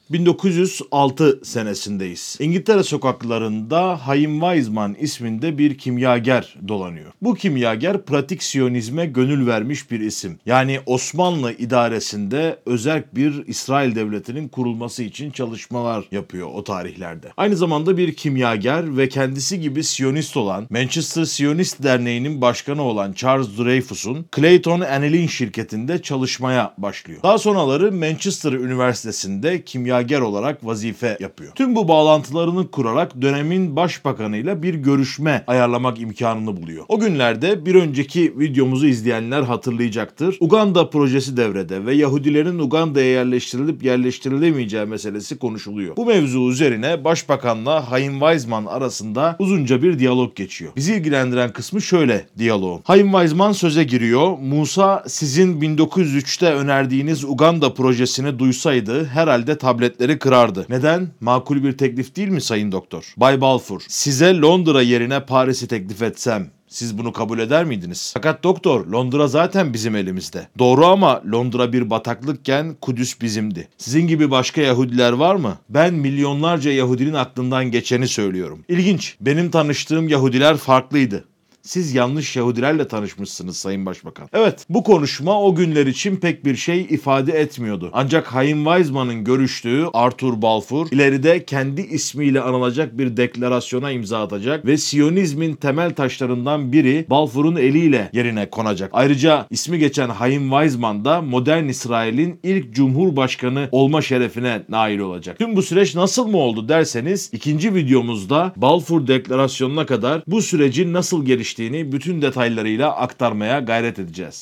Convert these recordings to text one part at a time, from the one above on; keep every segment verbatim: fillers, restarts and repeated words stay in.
bin dokuz yüz altı senesindeyiz. İngiltere sokaklarında Chaim Weizmann isminde bir kimyager dolanıyor. Bu kimyager pratik Siyonizme gönül vermiş bir isim. Yani Osmanlı idaresinde özerk bir İsrail devletinin kurulması için çalışmalar yapıyor o tarihlerde. Aynı zamanda bir kimyager ve kendisi gibi Siyonist olan Manchester Siyonist Derneği'nin başkanı olan Charles Dreyfus'un Clayton Anilin şirketinde çalışmaya başlıyor. Daha sonraları Manchester Üniversitesi'nde kimyager olarak vazife yapıyor. Tüm bu bağlantılarını kurarak dönemin başbakanıyla bir görüşme ayarlamak imkanını buluyor. O günlerde bir önceki videomuzu izleyenler hatırlayacaktır. Uganda projesi devrede ve Yahudilerin Uganda'ya yerleştirilip yerleştirilemeyeceği meselesi konuşuluyor. Bu mevzu üzerine başbakanla Chaim Weizmann arasında uzunca bir diyalog geçiyor. Bizi ilgilendiren kısmı şöyle diyaloğun. Chaim Weizmann söze giriyor. Musa sizin bin dokuz yüz üçte önerdiğiniz Uganda projesini duysaydı herhalde tabletleri kırardı. Neden? Makul bir teklif değil mi sayın doktor? Bay Balfour, size Londra yerine Paris'i teklif etsem siz bunu kabul eder miydiniz? Fakat doktor, Londra zaten bizim elimizde. Doğru ama Londra bir bataklıkken Kudüs bizimdi. Sizin gibi başka Yahudiler var mı? Ben milyonlarca Yahudinin aklından geçeni söylüyorum. İlginç, benim tanıştığım Yahudiler farklıydı. Siz yanlış Yahudilerle tanışmışsınız Sayın Başbakan. Evet, bu konuşma o günler için pek bir şey ifade etmiyordu. Ancak Chaim Weizmann'ın görüştüğü Arthur Balfour ileride kendi ismiyle anılacak bir deklarasyona imza atacak ve Siyonizmin temel taşlarından biri Balfour'un eliyle yerine konacak. Ayrıca ismi geçen Chaim Weizmann da modern İsrail'in ilk cumhurbaşkanı olma şerefine nail olacak. Tüm bu süreç nasıl mı oldu derseniz ikinci videomuzda Balfour Deklarasyonu'na kadar bu sürecin nasıl geliştiğini bütün detaylarıyla aktarmaya gayret edeceğiz.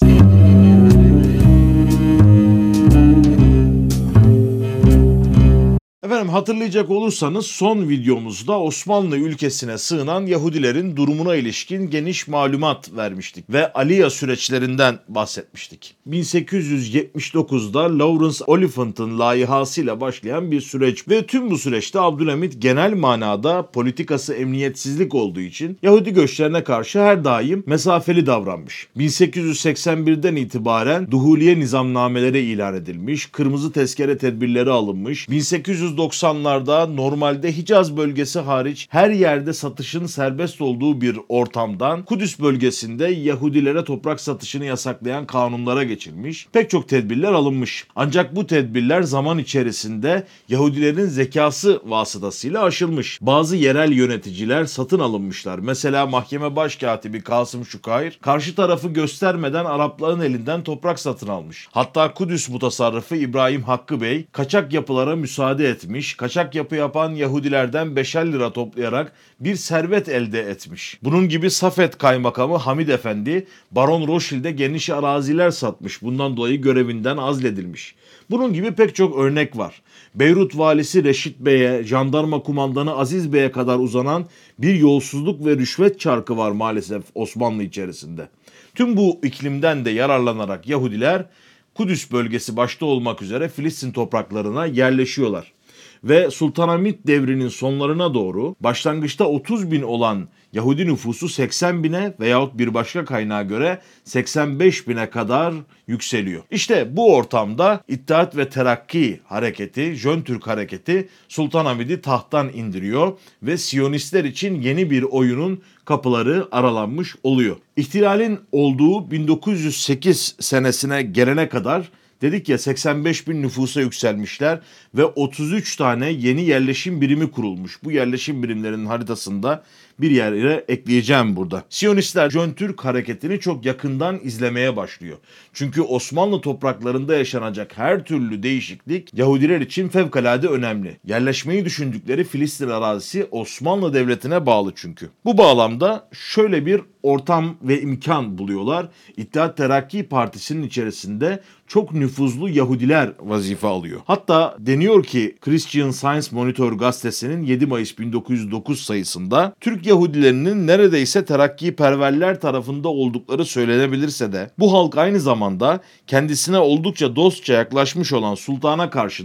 Efendim hatırlayacak olursanız son videomuzda Osmanlı ülkesine sığınan Yahudilerin durumuna ilişkin geniş malumat vermiştik ve Aliyah süreçlerinden bahsetmiştik. bin sekiz yüz yetmiş dokuzda Lawrence Oliphant'ın layihasıyla başlayan bir süreç ve tüm bu süreçte Abdülhamit genel manada politikası emniyetsizlik olduğu için Yahudi göçlerine karşı her daim mesafeli davranmış. bin sekiz yüz seksen birden itibaren Duhuliye nizamnameleri ilan edilmiş, kırmızı tezkere tedbirleri alınmış, bin sekiz yüz doksanlarda normalde Hicaz bölgesi hariç her yerde satışın serbest olduğu bir ortamdan Kudüs bölgesinde Yahudilere toprak satışını yasaklayan kanunlara geçilmiş, pek çok tedbirler alınmış. Ancak bu tedbirler zaman içerisinde Yahudilerin zekası vasıtasıyla aşılmış. Bazı yerel yöneticiler satın alınmışlar. Mesela mahkeme başkatibi Kasım Şukayr karşı tarafı göstermeden Arapların elinden toprak satın almış. Hatta Kudüs mutasarrıfı İbrahim Hakkı Bey kaçak yapılara müsaade etmiş, kaçak yapı yapan Yahudilerden beşer lira toplayarak bir servet elde etmiş. Bunun gibi Safed Kaymakamı Hamid Efendi, Baron Rothschild'e geniş araziler satmış. Bundan dolayı görevinden azledilmiş. Bunun gibi pek çok örnek var. Beyrut valisi Reşit Bey'e, jandarma kumandanı Aziz Bey'e kadar uzanan bir yolsuzluk ve rüşvet çarkı var maalesef Osmanlı içerisinde. Tüm bu iklimden de yararlanarak Yahudiler Kudüs bölgesi başta olmak üzere Filistin topraklarına yerleşiyorlar. Ve Sultanahmet devrinin sonlarına doğru başlangıçta otuz bin olan Yahudi nüfusu seksen bine veyahut bir başka kaynağa göre seksen beş bine kadar yükseliyor. İşte bu ortamda İttihat ve Terakki hareketi, Jön Türk hareketi Sultanahmet'i tahttan indiriyor ve Siyonistler için yeni bir oyunun kapıları aralanmış oluyor. İhtilalin olduğu bin dokuz yüz sekiz senesine gelene kadar dedik ya seksen beş bin nüfusa yükselmişler ve otuz üç tane yeni yerleşim birimi kurulmuş. Bu yerleşim birimlerinin haritasında bir yere ekleyeceğim burada. Siyonistler Jön Türk hareketini çok yakından izlemeye başlıyor. Çünkü Osmanlı topraklarında yaşanacak her türlü değişiklik Yahudiler için fevkalade önemli. Yerleşmeyi düşündükleri Filistin arazisi Osmanlı Devleti'ne bağlı çünkü. Bu bağlamda şöyle bir ortam ve imkan buluyorlar. İttihat Terakki Partisi'nin içerisinde çok nüfuzlu Yahudiler vazife alıyor. Hatta deniyor ki Christian Science Monitor gazetesinin yedi Mayıs bin dokuz yüz dokuz sayısında Türk Yahudilerinin neredeyse terakkiperverler tarafında oldukları söylenebilirse de bu halk aynı zamanda kendisine oldukça dostça yaklaşmış olan sultana karşı da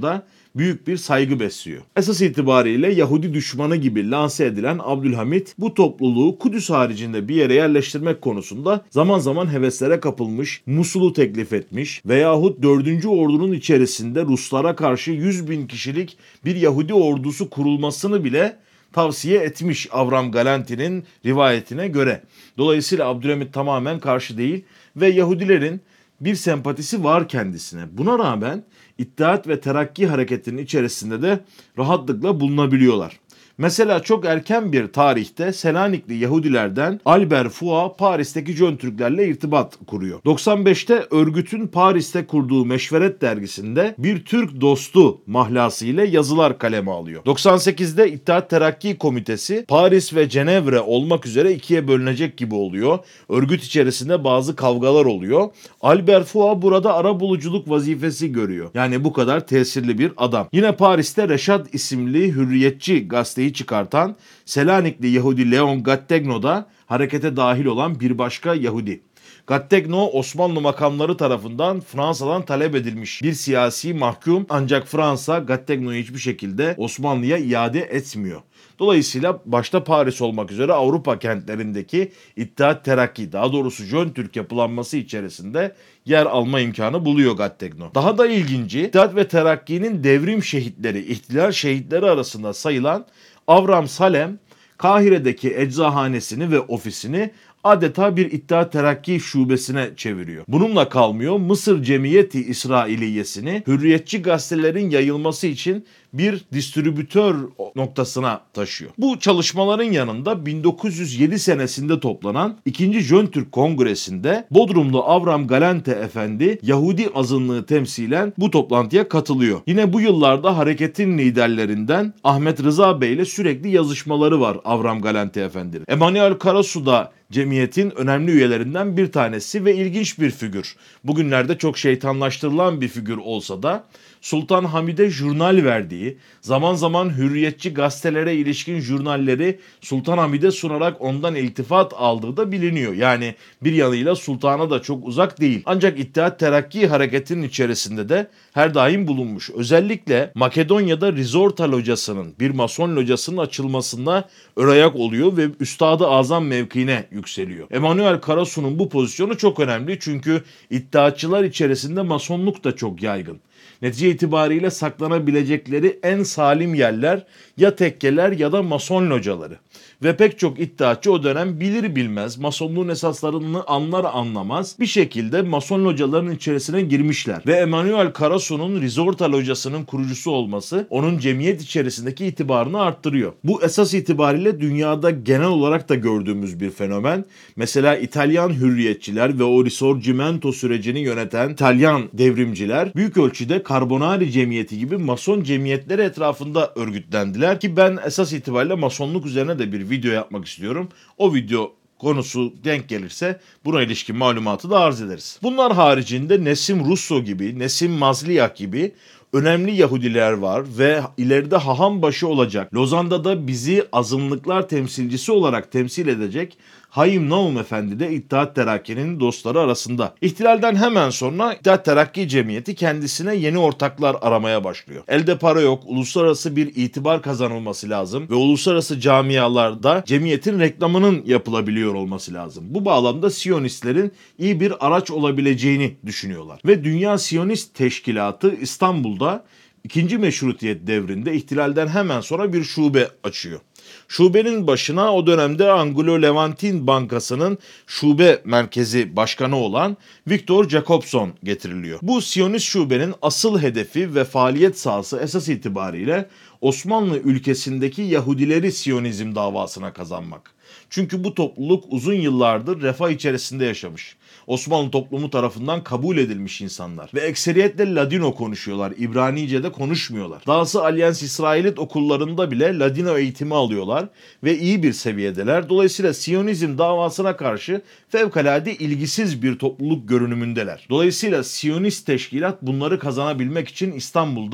büyük bir saygı besliyor. Esas itibariyle Yahudi düşmanı gibi lanse edilen Abdülhamit bu topluluğu Kudüs haricinde bir yere yerleştirmek konusunda zaman zaman heveslere kapılmış, Musul'u teklif etmiş veyahut dördüncü ordunun içerisinde Ruslara karşı yüz bin kişilik bir Yahudi ordusu kurulmasını bile tavsiye etmiş Avram Galanti'nin rivayetine göre. Dolayısıyla Abdülhamit tamamen karşı değil ve Yahudilerin bir sempatisi var kendisine. Buna rağmen İttihat ve Terakki hareketinin içerisinde de rahatlıkla bulunabiliyorlar. Mesela çok erken bir tarihte Selanikli Yahudilerden Albert Fua Paris'teki Jön Türklerle irtibat kuruyor. doksan beşte örgütün Paris'te kurduğu Meşveret dergisinde bir Türk dostu mahlası ile yazılar kaleme alıyor. doksan sekizde İttihat Terakki Komitesi Paris ve Cenevre olmak üzere ikiye bölünecek gibi oluyor. Örgüt içerisinde bazı kavgalar oluyor. Albert Fua burada arabuluculuk vazifesi görüyor. Yani bu kadar tesirli bir adam. Yine Paris'te Reşat isimli hürriyetçi gazeteyi çıkartan Selanikli Yahudi Leon Gattegno da harekete dahil olan bir başka Yahudi. Gattegno Osmanlı makamları tarafından Fransa'dan talep edilmiş bir siyasi mahkum, ancak Fransa Gattegno'yu hiçbir şekilde Osmanlı'ya iade etmiyor. Dolayısıyla başta Paris olmak üzere Avrupa kentlerindeki İttihat Terakki, daha doğrusu Jön Türk yapılanması içerisinde yer alma imkanı buluyor Gattegno. Daha da ilginci, İttihat ve Terakki'nin devrim şehitleri, ihtilal şehitleri arasında sayılan Avram Salem, Kahire'deki eczahanesini ve ofisini adeta bir İttihat Terakki şubesine çeviriyor. Bununla kalmıyor, Mısır Cemiyeti İsrailiyesini hürriyetçi gazetelerin yayılması için bir distribütör noktasına taşıyor. Bu çalışmaların yanında bin dokuz yüz yedi senesinde toplanan ikinci. Jön Türk Kongresi'nde Bodrumlu Avram Galante Efendi Yahudi azınlığı temsilen bu toplantıya katılıyor. Yine bu yıllarda hareketin liderlerinden Ahmet Rıza Bey ile sürekli yazışmaları var Avram Galante Efendi'nin. Emanuel Karasu da cemiyetin önemli üyelerinden bir tanesi ve ilginç bir figür. Bugünlerde çok şeytanlaştırılan bir figür olsa da Sultan Hamid'e jurnal verdiği, zaman zaman hürriyetçi gazetelere ilişkin jurnalleri Sultan Hamid'e sunarak ondan iltifat aldığı da biliniyor. Yani bir yanıyla sultana da çok uzak değil. Ancak İttihat Terakki hareketinin içerisinde de her daim bulunmuş. Özellikle Makedonya'da Rizorta locasının, bir mason locasının açılmasında örayak oluyor ve Üstad-ı Azam mevkiine yükseliyor. Emanuel Karasu'nun bu pozisyonu çok önemli çünkü iddiatçılar içerisinde masonluk da çok yaygın. Netice itibariyle saklanabilecekleri en salim yerler ya tekkeler ya da mason locaları. Ve pek çok iddiatçı o dönem bilir bilmez, masonluğun esaslarını anlar anlamaz bir şekilde mason localarının içerisine girmişler. Ve Emanuel Karasu'nun Rizorta locasının kurucusu olması onun cemiyet içerisindeki itibarını arttırıyor. Bu esas itibariyle dünyada genel olarak da gördüğümüz bir fenomen. Mesela İtalyan hürriyetçiler ve o Risorgimento sürecini yöneten İtalyan devrimciler büyük ölçüde Carbonari Cemiyeti gibi mason cemiyetleri etrafında örgütlendiler ki ben esas itibariyle masonluk üzerine de bir video yapmak istiyorum. O video konusu denk gelirse buna ilişkin malumatı da arz ederiz. Bunlar haricinde Nesim Russo gibi, Nesim Mazliak gibi önemli Yahudiler var ve ileride hahambaşı olacak, Lozan'da da bizi azınlıklar temsilcisi olarak temsil edecek Haim Naum Efendi de İttihat Terakki'nin dostları arasında. İhtilalden hemen sonra İttihat Terakki Cemiyeti kendisine yeni ortaklar aramaya başlıyor. Elde para yok, uluslararası bir itibar kazanılması lazım ve uluslararası camialarda cemiyetin reklamının yapılabiliyor olması lazım. Bu bağlamda Siyonistlerin iyi bir araç olabileceğini düşünüyorlar. Ve Dünya Siyonist Teşkilatı İstanbul'da ikinci Meşrutiyet devrinde ihtilalden hemen sonra bir şube açıyor. Şubenin başına o dönemde Anglo-Levantin Bankası'nın şube merkezi başkanı olan Viktor Jacobson getiriliyor. Bu Siyonist şubenin asıl hedefi ve faaliyet sahası esas itibariyle Osmanlı ülkesindeki Yahudileri Siyonizm davasına kazanmak. Çünkü bu topluluk uzun yıllardır refah içerisinde yaşamış. Osmanlı toplumu tarafından kabul edilmiş insanlar. Ve ekseriyetle Ladino konuşuyorlar. İbranice'de konuşmuyorlar. Dahası Alyans İsrailit okullarında bile Ladino eğitimi alıyorlar ve iyi bir seviyedeler. Dolayısıyla Siyonizm davasına karşı fevkalade ilgisiz bir topluluk görünümündeler. Dolayısıyla Siyonist teşkilat bunları kazanabilmek için İstanbul'da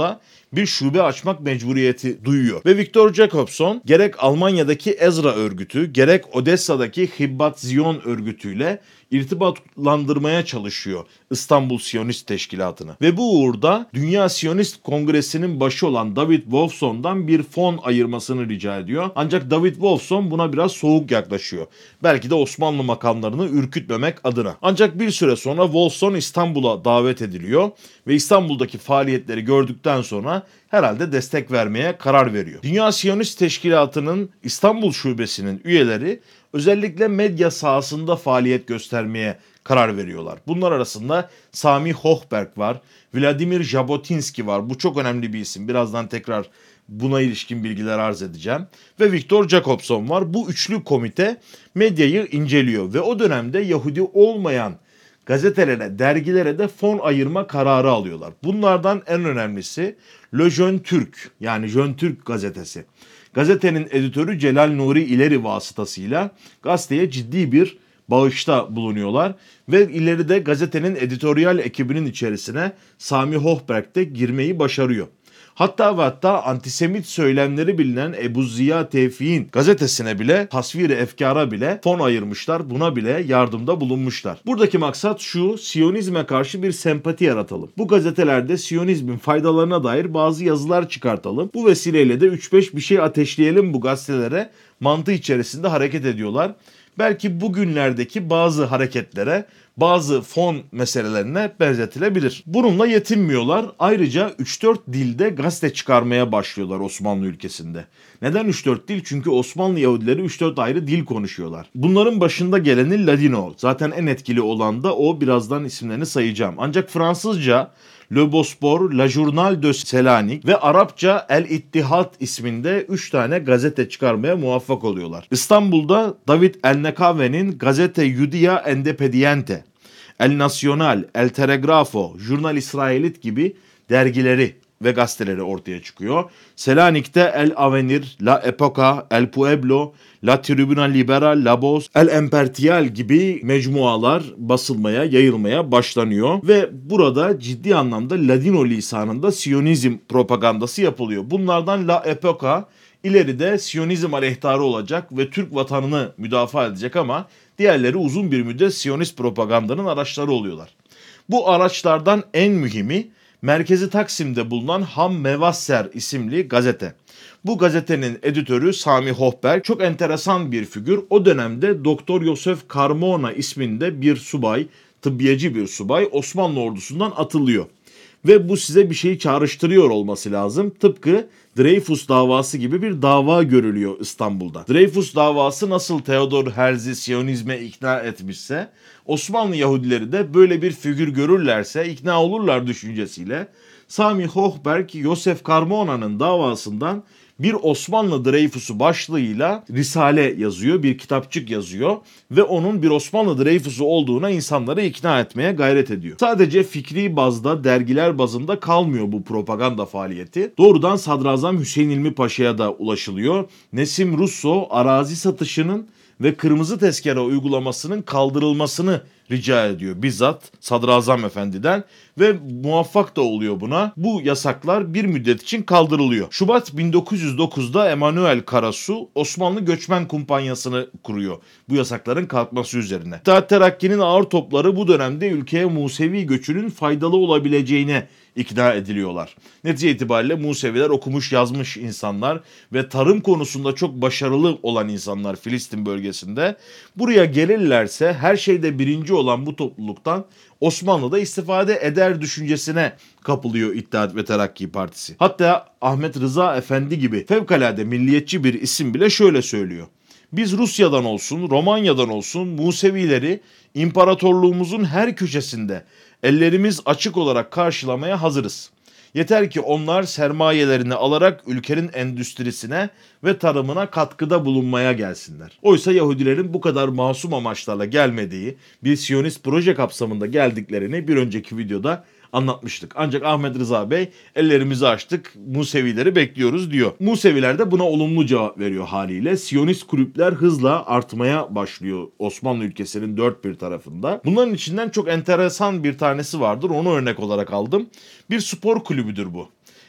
bir şube açmak mecburiyeti duyuyor. Ve Viktor Jakobson gerek Almanya'daki Ezra örgütü gerek Odessa'daki Hibbat Zion örgütüyle irtibatlandırmaya çalışıyor İstanbul Siyonist Teşkilatı'nı. Ve bu uğurda Dünya Siyonist Kongresi'nin başı olan David Wolfson'dan bir fon ayırmasını rica ediyor. Ancak David Wolfson buna biraz soğuk yaklaşıyor. Belki de Osmanlı makamlarını ürkütmemek adına. Ancak bir süre sonra Wolfson İstanbul'a davet ediliyor ve İstanbul'daki faaliyetleri gördükten sonra herhalde destek vermeye karar veriyor. Dünya Siyonist Teşkilatı'nın İstanbul Şubesi'nin üyeleri özellikle medya sahasında faaliyet göstermeye karar veriyorlar. Bunlar arasında Sami Hochberg var, Vladimir Jabotinsky var. Bu çok önemli bir isim. Birazdan tekrar buna ilişkin bilgiler arz edeceğim. Ve Viktor Jakobson var. Bu üçlü komite medyayı inceliyor ve o dönemde Yahudi olmayan gazetelere, dergilere de fon ayırma kararı alıyorlar. Bunlardan en önemlisi Le Jeune Turc yani Jeune Turc gazetesi. Gazetenin editörü Celal Nuri İleri vasıtasıyla gazeteye ciddi bir bağışta bulunuyorlar ve ileride gazetenin editoryal ekibinin içerisine Sami Hochberg de girmeyi başarıyor. Hatta ve hatta antisemit söylemleri bilinen Ebu Ziya Tevfik'in gazetesine bile, tasvir-i efkara bile fon ayırmışlar. Buna bile yardımda bulunmuşlar. Buradaki maksat şu: Siyonizme karşı bir sempati yaratalım. Bu gazetelerde Siyonizmin faydalarına dair bazı yazılar çıkartalım. Bu vesileyle de üç beş bir şey ateşleyelim bu gazetelere mantığı içerisinde hareket ediyorlar. Belki bugünlerdeki bazı hareketlere, bazı fon meselelerine benzetilebilir. Bununla yetinmiyorlar. Ayrıca üç dört dilde gazete çıkarmaya başlıyorlar Osmanlı ülkesinde. Neden üç dört dil? Çünkü Osmanlı Yahudileri üç dört ayrı dil konuşuyorlar. Bunların başında geleni Ladino. Zaten en etkili olan da o. Birazdan isimlerini sayacağım. Ancak Fransızca Le Bosphore, La Journal de Selanik ve Arapça El İttihat isminde üç tane gazete çıkarmaya muvaffak oluyorlar. İstanbul'da David El Nekave'nin Gazete Judía Independiente, El Nacional, El Telegrafo, Jurnal İsrailit gibi dergileri ve gazeteleri ortaya çıkıyor. Selanik'te El Avenir, La Epoca, El Pueblo, La Tribuna Liberal, La Voz, El Impartial gibi mecmualar basılmaya, yayılmaya başlanıyor ve burada ciddi anlamda Ladino lisanında Siyonizm propagandası yapılıyor. Bunlardan La Epoca ileride Siyonizm aleyhtarı olacak ve Türk vatanını müdafaa edecek ama diğerleri uzun bir müddet Siyonist propagandanın araçları oluyorlar. Bu araçlardan en mühimi merkezi Taksim'de bulunan Ham Mevasser isimli gazete. Bu gazetenin editörü Sami Hochberg çok enteresan bir figür. O dönemde Doktor Yosef Carmona isminde bir subay, tıbbiyeci bir subay Osmanlı ordusundan atılıyor. Ve bu size bir şeyi çağrıştırıyor olması lazım. Tıpkı Dreyfus davası gibi bir dava görülüyor İstanbul'da. Dreyfus davası nasıl Theodor Herzl'i Siyonizme ikna etmişse, Osmanlı Yahudileri de böyle bir figür görürlerse ikna olurlar düşüncesiyle Sami Hochberg, Yosef Carmona'nın davasından bir Osmanlı Dreyfus'u başlığıyla risale yazıyor, bir kitapçık yazıyor ve onun bir Osmanlı Dreyfus'u olduğuna insanları ikna etmeye gayret ediyor. Sadece fikri bazda, dergiler bazında kalmıyor bu propaganda faaliyeti. Doğrudan Sadrazam Hüseyin İlmi Paşa'ya da ulaşılıyor. Nesim Russo arazi satışının ve kırmızı tezkere uygulamasının kaldırılmasını rica ediyor bizzat Sadrazam Efendi'den ve muvaffak da oluyor buna. Bu yasaklar bir müddet için kaldırılıyor. Şubat bin dokuz yüz dokuzda Emanuel Karasu Osmanlı Göçmen Kumpanyası'nı kuruyor bu yasakların kalkması üzerine. İttihat Terakki'nin ağır topları bu dönemde ülkeye Musevi göçünün faydalı olabileceğine ikna ediliyorlar. Netice itibariyle Museviler okumuş yazmış insanlar ve tarım konusunda çok başarılı olan insanlar Filistin bölgesinde. Buraya gelirlerse her şeyde birinci olan bu topluluktan Osmanlı'da istifade eder düşüncesine kapılıyor İttihat ve Terakki Partisi. Hatta Ahmet Rıza Efendi gibi fevkalade milliyetçi bir isim bile şöyle söylüyor: biz Rusya'dan olsun, Romanya'dan olsun Musevileri imparatorluğumuzun her köşesinde ellerimiz açık olarak karşılamaya hazırız. Yeter ki onlar sermayelerini alarak ülkenin endüstrisine ve tarımına katkıda bulunmaya gelsinler. Oysa Yahudilerin bu kadar masum amaçlarla gelmediği, bir Siyonist proje kapsamında geldiklerini bir önceki videoda anlatmıştık. Ancak Ahmet Rıza Bey ellerimizi açtık, Musevileri bekliyoruz diyor. Museviler de buna olumlu cevap veriyor haliyle. Siyonist kulüpler hızla artmaya başlıyor Osmanlı ülkesinin dört bir tarafında. Bunların içinden çok enteresan bir tanesi vardır. Onu örnek olarak aldım. Bir spor kulübüdür bu.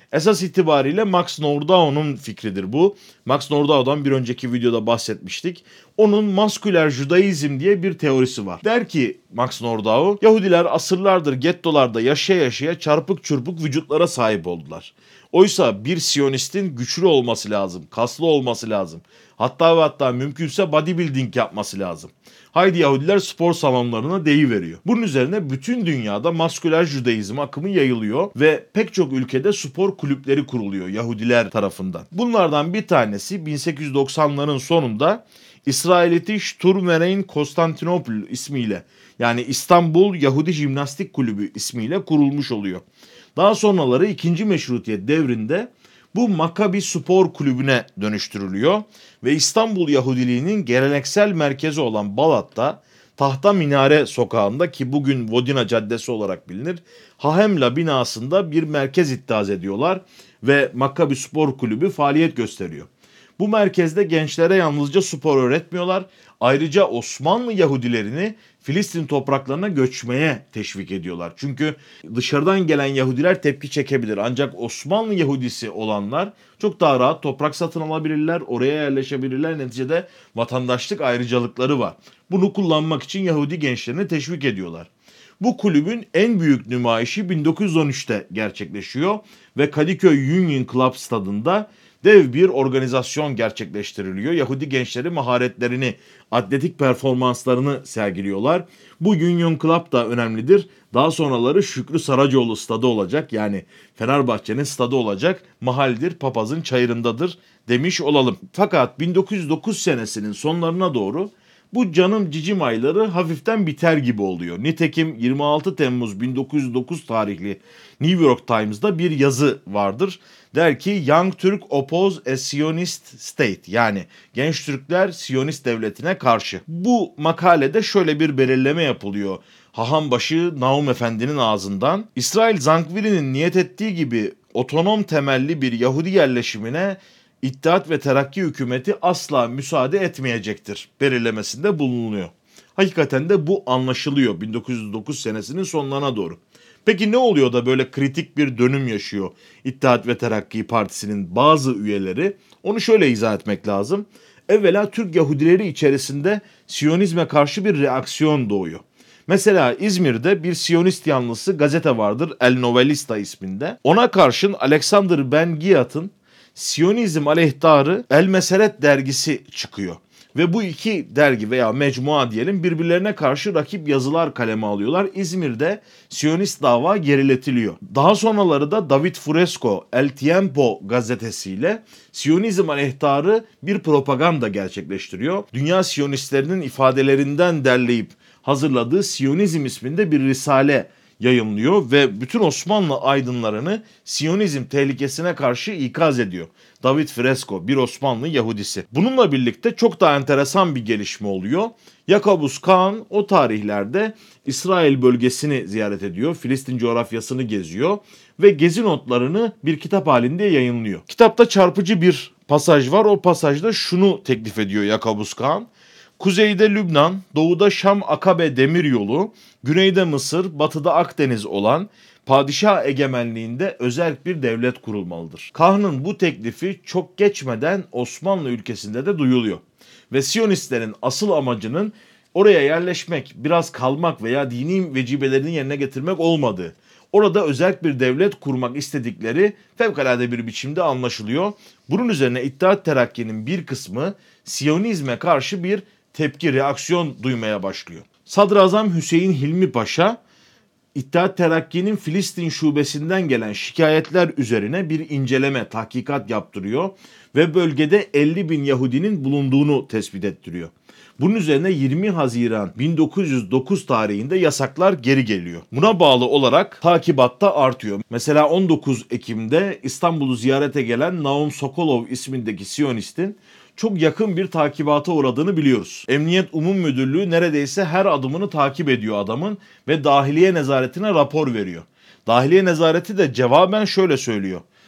Esas itibariyle Max Nordau'nun fikridir bu. Max Nordau'dan bir önceki videoda bahsetmiştik. Onun masküler Judaizm diye bir teorisi var. Der ki Max Nordau, Yahudiler asırlardır gettolarda yaşaya yaşaya çarpık çırpık vücutlara sahip oldular. Oysa bir Siyonistin güçlü olması lazım, kaslı olması lazım. Hatta ve hatta mümkünse bodybuilding yapması lazım. Haydi Yahudiler spor salonlarına deyiveriyor. Bunun üzerine bütün dünyada masküler Judaizm akımı yayılıyor ve pek çok ülkede spor kulüpleri kuruluyor Yahudiler tarafından. Bunlardan bir tanesi bin sekiz yüz doksanların sonunda İsrailiti Sturmverein Konstantinopol ismiyle, yani İstanbul Yahudi Jimnastik Kulübü ismiyle kurulmuş oluyor. Daha sonraları ikinci Meşrutiyet devrinde bu Makabi Spor Kulübü'ne dönüştürülüyor ve İstanbul Yahudiliğinin geleneksel merkezi olan Balat'ta Tahta Minare sokağında, ki bugün Vodina Caddesi olarak bilinir, Hahemla binasında bir merkez iddiaz ediyorlar ve Makabi Spor Kulübü faaliyet gösteriyor. Bu merkezde gençlere yalnızca spor öğretmiyorlar, ayrıca Osmanlı Yahudilerini Filistin topraklarına göçmeye teşvik ediyorlar. Çünkü dışarıdan gelen Yahudiler tepki çekebilir. Ancak Osmanlı Yahudisi olanlar çok daha rahat toprak satın alabilirler, oraya yerleşebilirler. Neticede vatandaşlık ayrıcalıkları var. Bunu kullanmak için Yahudi gençlerini teşvik ediyorlar. Bu kulübün en büyük nümayişi bin dokuz yüz on üçte gerçekleşiyor ve Kadıköy Union Club stadında dev bir organizasyon gerçekleştiriliyor. Yahudi gençleri maharetlerini, atletik performanslarını sergiliyorlar. Bu Union Club da önemlidir. Daha sonraları Şükrü Saracoğlu stadı olacak. Yani Fenerbahçe'nin stadı olacak. Mahaldir, papazın çayırındadır demiş olalım. Fakat bin dokuz yüz dokuz senesinin sonlarına doğru bu canım cicim ayları hafiften biter gibi oluyor. Nitekim yirmi altı Temmuz bin dokuz yüz dokuz tarihli New York Times'da bir yazı vardır. Der ki Young Turk oppose a Zionist state, yani genç Türkler Siyonist devletine karşı. Bu makalede şöyle bir belirleme yapılıyor Hahambaşı Naum Efendi'nin ağzından. İsrail Zangvili'nin niyet ettiği gibi otonom temelli bir Yahudi yerleşimine İttihat ve Terakki hükümeti asla müsaade etmeyecektir belirlemesinde bulunuyor. Hakikaten de bu anlaşılıyor bin dokuz yüz dokuz senesinin sonlarına doğru. Peki ne oluyor da böyle kritik bir dönüm yaşıyor İttihat ve Terakki Partisi'nin bazı üyeleri? Onu şöyle izah etmek lazım. Evvela Türk Yahudileri içerisinde Siyonizme karşı bir reaksiyon doğuyor. Mesela İzmir'de bir Siyonist yanlısı gazete vardır, El Novelista isminde. Ona karşın Alexander Ben Giyat'ın Siyonizm aleyhtarı El Meseret dergisi çıkıyor. Ve bu iki dergi veya mecmua diyelim birbirlerine karşı rakip yazılar kaleme alıyorlar. İzmir'de Siyonist dava geriletiliyor. Daha sonraları da David Fresco El Tiempo gazetesiyle Siyonizm aleyhtarı bir propaganda gerçekleştiriyor. Dünya Siyonistlerinin ifadelerinden derleyip hazırladığı Siyonizm isminde bir risale yayımlıyor ve bütün Osmanlı aydınlarını Siyonizm tehlikesine karşı ikaz ediyor. David Fresco, bir Osmanlı Yahudisi. Bununla birlikte çok daha enteresan bir gelişme oluyor. Yakobus Kaan o tarihlerde İsrail bölgesini ziyaret ediyor, Filistin coğrafyasını geziyor ve gezi notlarını bir kitap halinde yayınlıyor. Kitapta çarpıcı bir pasaj var. O pasajda şunu teklif ediyor Yakobus Kaan. Kuzeyde Lübnan, doğuda Şam Akabe demiryolu, güneyde Mısır, batıda Akdeniz olan padişah egemenliğinde özerk bir devlet kurulmalıdır. Kahn'ın bu teklifi çok geçmeden Osmanlı ülkesinde de duyuluyor. Ve Siyonistlerin asıl amacının oraya yerleşmek, biraz kalmak veya dini vecibelerini yerine getirmek olmadığı, orada özerk bir devlet kurmak istedikleri fevkalade bir biçimde anlaşılıyor. Bunun üzerine İttihat Terakki'nin bir kısmı Siyonizme karşı bir tepki, reaksiyon duymaya başlıyor. Sadrazam Hüseyin Hilmi Paşa, İttihat Terakki'nin Filistin şubesinden gelen şikayetler üzerine bir inceleme, tahkikat yaptırıyor ve bölgede elli bin Yahudinin bulunduğunu tespit ettiriyor. Bunun üzerine yirmi Haziran bin dokuz yüz dokuz tarihinde yasaklar geri geliyor. Buna bağlı olarak takibatta artıyor. Mesela on dokuz Ekim'de İstanbul'u ziyarete gelen Naum Sokolov ismindeki Siyonistin çok yakın bir takibata uğradığını biliyoruz. Emniyet Umum Müdürlüğü neredeyse her adımını takip ediyor adamın ve Dahiliye Nezaretine rapor veriyor. Dahiliye Nezareti de cevaben şöyle söylüyor.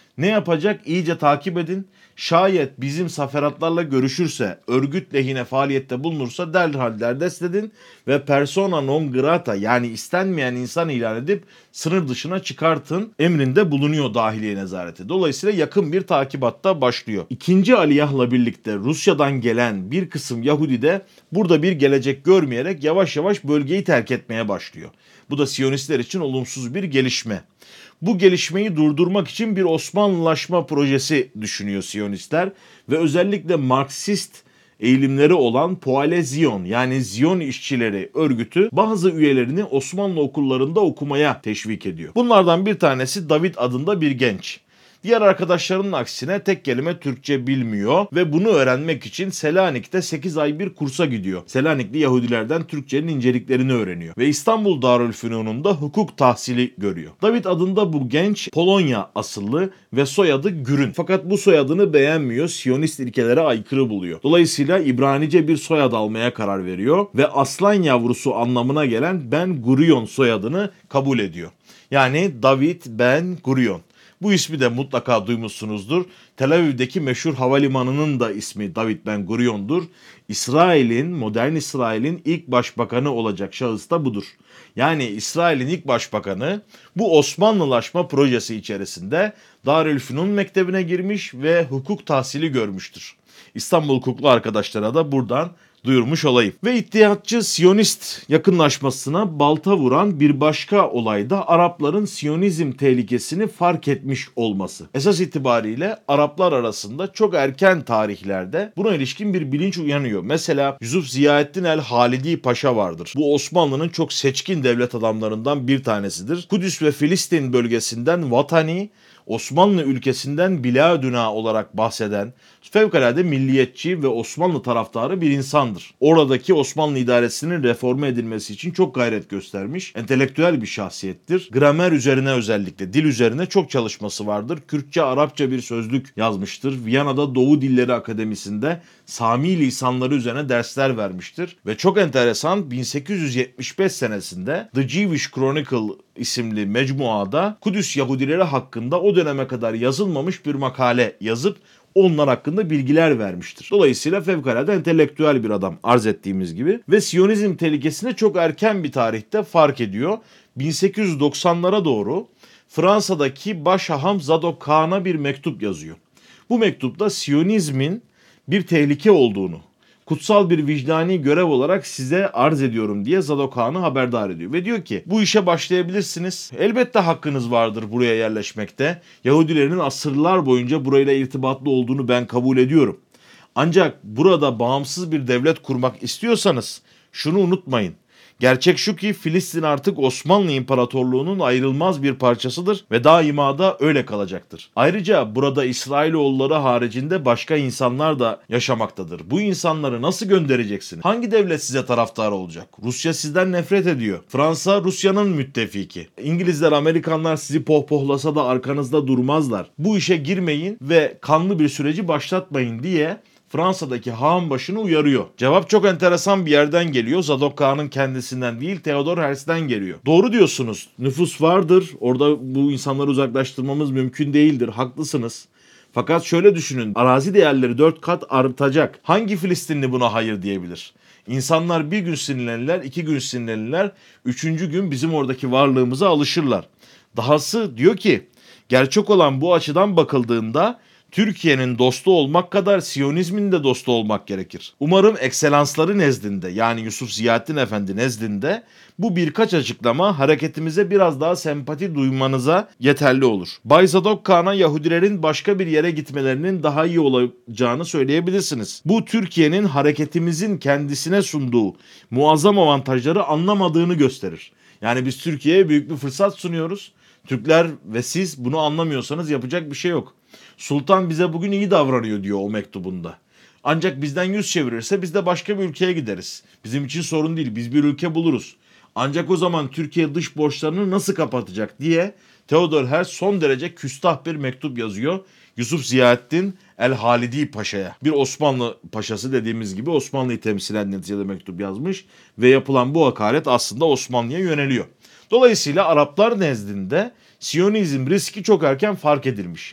Ne yapacak? İyice takip edin. Şayet bizim saferatlarla görüşürse, örgüt lehine faaliyette bulunursa derhal derdest edin ve persona non grata yani istenmeyen insan ilan edip sınır dışına çıkartın emrinde bulunuyor Dahiliye Nezareti. Dolayısıyla yakın bir takibatta başlıyor. İkinci Aliyah'la birlikte Rusya'dan gelen bir kısım Yahudi de burada bir gelecek görmeyerek yavaş yavaş bölgeyi terk etmeye başlıyor. Bu da Siyonistler için olumsuz bir gelişme. Bu gelişmeyi durdurmak için bir Osmanlılaşma projesi düşünüyor Siyonistler ve özellikle Marksist eğilimleri olan Poale Zion yani Ziyon İşçileri örgütü bazı üyelerini Osmanlı okullarında okumaya teşvik ediyor. Bunlardan bir tanesi David adında bir genç. Diğer arkadaşlarının aksine tek kelime Türkçe bilmiyor ve bunu öğrenmek için Selanik'te sekiz ay bir kursa gidiyor. Selanikli Yahudilerden Türkçenin inceliklerini öğreniyor ve İstanbul Darülfünun'da hukuk tahsili görüyor. David adında bu genç Polonya asıllı ve soyadı Gürün. Fakat bu soyadını beğenmiyor, Siyonist ilkelere aykırı buluyor. Dolayısıyla İbranice bir soyad almaya karar veriyor ve aslan yavrusu anlamına gelen Ben Gurion soyadını kabul ediyor. Yani David Ben Gurion. Bu ismi de mutlaka duymuşsunuzdur. Tel Aviv'deki meşhur havalimanının da ismi David Ben Gurion'dur. İsrail'in, modern İsrail'in ilk başbakanı olacak şahıs da budur. Yani İsrail'in ilk başbakanı bu Osmanlılaşma projesi içerisinde Darülfünun Mektebi'ne girmiş ve hukuk tahsili görmüştür. İstanbul hukuklu arkadaşlara da buradan duyurmuş olayım. Ve İttihatçı Siyonist yakınlaşmasına balta vuran bir başka olay da Arapların Siyonizm tehlikesini fark etmiş olması. Esas itibariyle Araplar arasında çok erken tarihlerde buna ilişkin bir bilinç uyanıyor. Mesela Yusuf Ziyaettin el-Halidi Paşa vardır. Bu Osmanlı'nın çok seçkin devlet adamlarından bir tanesidir. Kudüs ve Filistin bölgesinden vatani, Osmanlı ülkesinden biladüna olarak bahseden fevkalade milliyetçi ve Osmanlı taraftarı bir insandır. Oradaki Osmanlı idaresinin reforme edilmesi için çok gayret göstermiş. Entelektüel bir şahsiyettir. Gramer üzerine özellikle dil üzerine çok çalışması vardır. Kürtçe, Arapça bir sözlük yazmıştır. Viyana'da Doğu Dilleri Akademisi'nde Sami lisanları üzerine dersler vermiştir. Ve çok enteresan bin sekiz yüz yetmiş beş senesinde The Jewish Chronicle isimli mecmuada Kudüs Yahudileri hakkında o döneme kadar yazılmamış bir makale yazıp onlar hakkında bilgiler vermiştir. Dolayısıyla fevkalade entelektüel bir adam arz ettiğimiz gibi ve Siyonizm tehlikesini çok erken bir tarihte fark ediyor. bin sekiz yüz doksanlara doğru Fransa'daki Başhaham Zadok Kağan'a bir mektup yazıyor. Bu mektupta Siyonizmin bir tehlike olduğunu, kutsal bir vicdani görev olarak size arz ediyorum diye Zadok Kağan'ı haberdar ediyor. Ve diyor ki bu işe başlayabilirsiniz. Elbette hakkınız vardır buraya yerleşmekte. Yahudilerin asırlar boyunca burayla irtibatlı olduğunu ben kabul ediyorum. Ancak burada bağımsız bir devlet kurmak istiyorsanız şunu unutmayın. Gerçek şu ki Filistin artık Osmanlı İmparatorluğu'nun ayrılmaz bir parçasıdır ve daima da öyle kalacaktır. Ayrıca burada İsrailoğulları haricinde başka insanlar da yaşamaktadır. Bu insanları nasıl göndereceksiniz? Hangi devlet size taraftar olacak? Rusya sizden nefret ediyor. Fransa Rusya'nın müttefiki. İngilizler, Amerikanlar sizi pohpohlasa da arkanızda durmazlar. Bu işe girmeyin ve kanlı bir süreci başlatmayın diye Fransa'daki hağın başını uyarıyor. Cevap çok enteresan bir yerden geliyor. Zadok Kağan'ın kendisinden değil, Theodor Herzl'den geliyor. Doğru diyorsunuz. Nüfus vardır. Orada bu insanları uzaklaştırmamız mümkün değildir. Haklısınız. Fakat şöyle düşünün. Arazi değerleri dört kat artacak. Hangi Filistinli buna hayır diyebilir? İnsanlar bir gün sinirlenirler, iki gün sinirlenirler. Üçüncü gün bizim oradaki varlığımıza alışırlar. Dahası diyor ki, gerçek olan bu açıdan bakıldığında Türkiye'nin dostu olmak kadar Siyonizmin de dostu olmak gerekir. Umarım ekselansları nezdinde yani Yusuf Ziyaettin Efendi nezdinde bu birkaç açıklama hareketimize biraz daha sempati duymanıza yeterli olur. Bay Zadok Kağan'a Yahudilerin başka bir yere gitmelerinin daha iyi olacağını söyleyebilirsiniz. Bu Türkiye'nin hareketimizin kendisine sunduğu muazzam avantajları anlamadığını gösterir. Yani biz Türkiye'ye büyük bir fırsat sunuyoruz. Türkler ve siz bunu anlamıyorsanız yapacak bir şey yok. Sultan bize bugün iyi davranıyor diyor o mektubunda. Ancak bizden yüz çevirirse biz de başka bir ülkeye gideriz. Bizim için sorun değil, biz bir ülke buluruz. Ancak o zaman Türkiye dış borçlarını nasıl kapatacak diye Theodor Herzl son derece küstah bir mektup yazıyor Yusuf Ziyaettin el-Halidi Paşa'ya. Bir Osmanlı paşası dediğimiz gibi Osmanlı'yı temsilen neticede mektup yazmış ve yapılan bu hakaret aslında Osmanlı'ya yöneliyor. Dolayısıyla Araplar nezdinde Siyonizm riski çok erken fark edilmiş.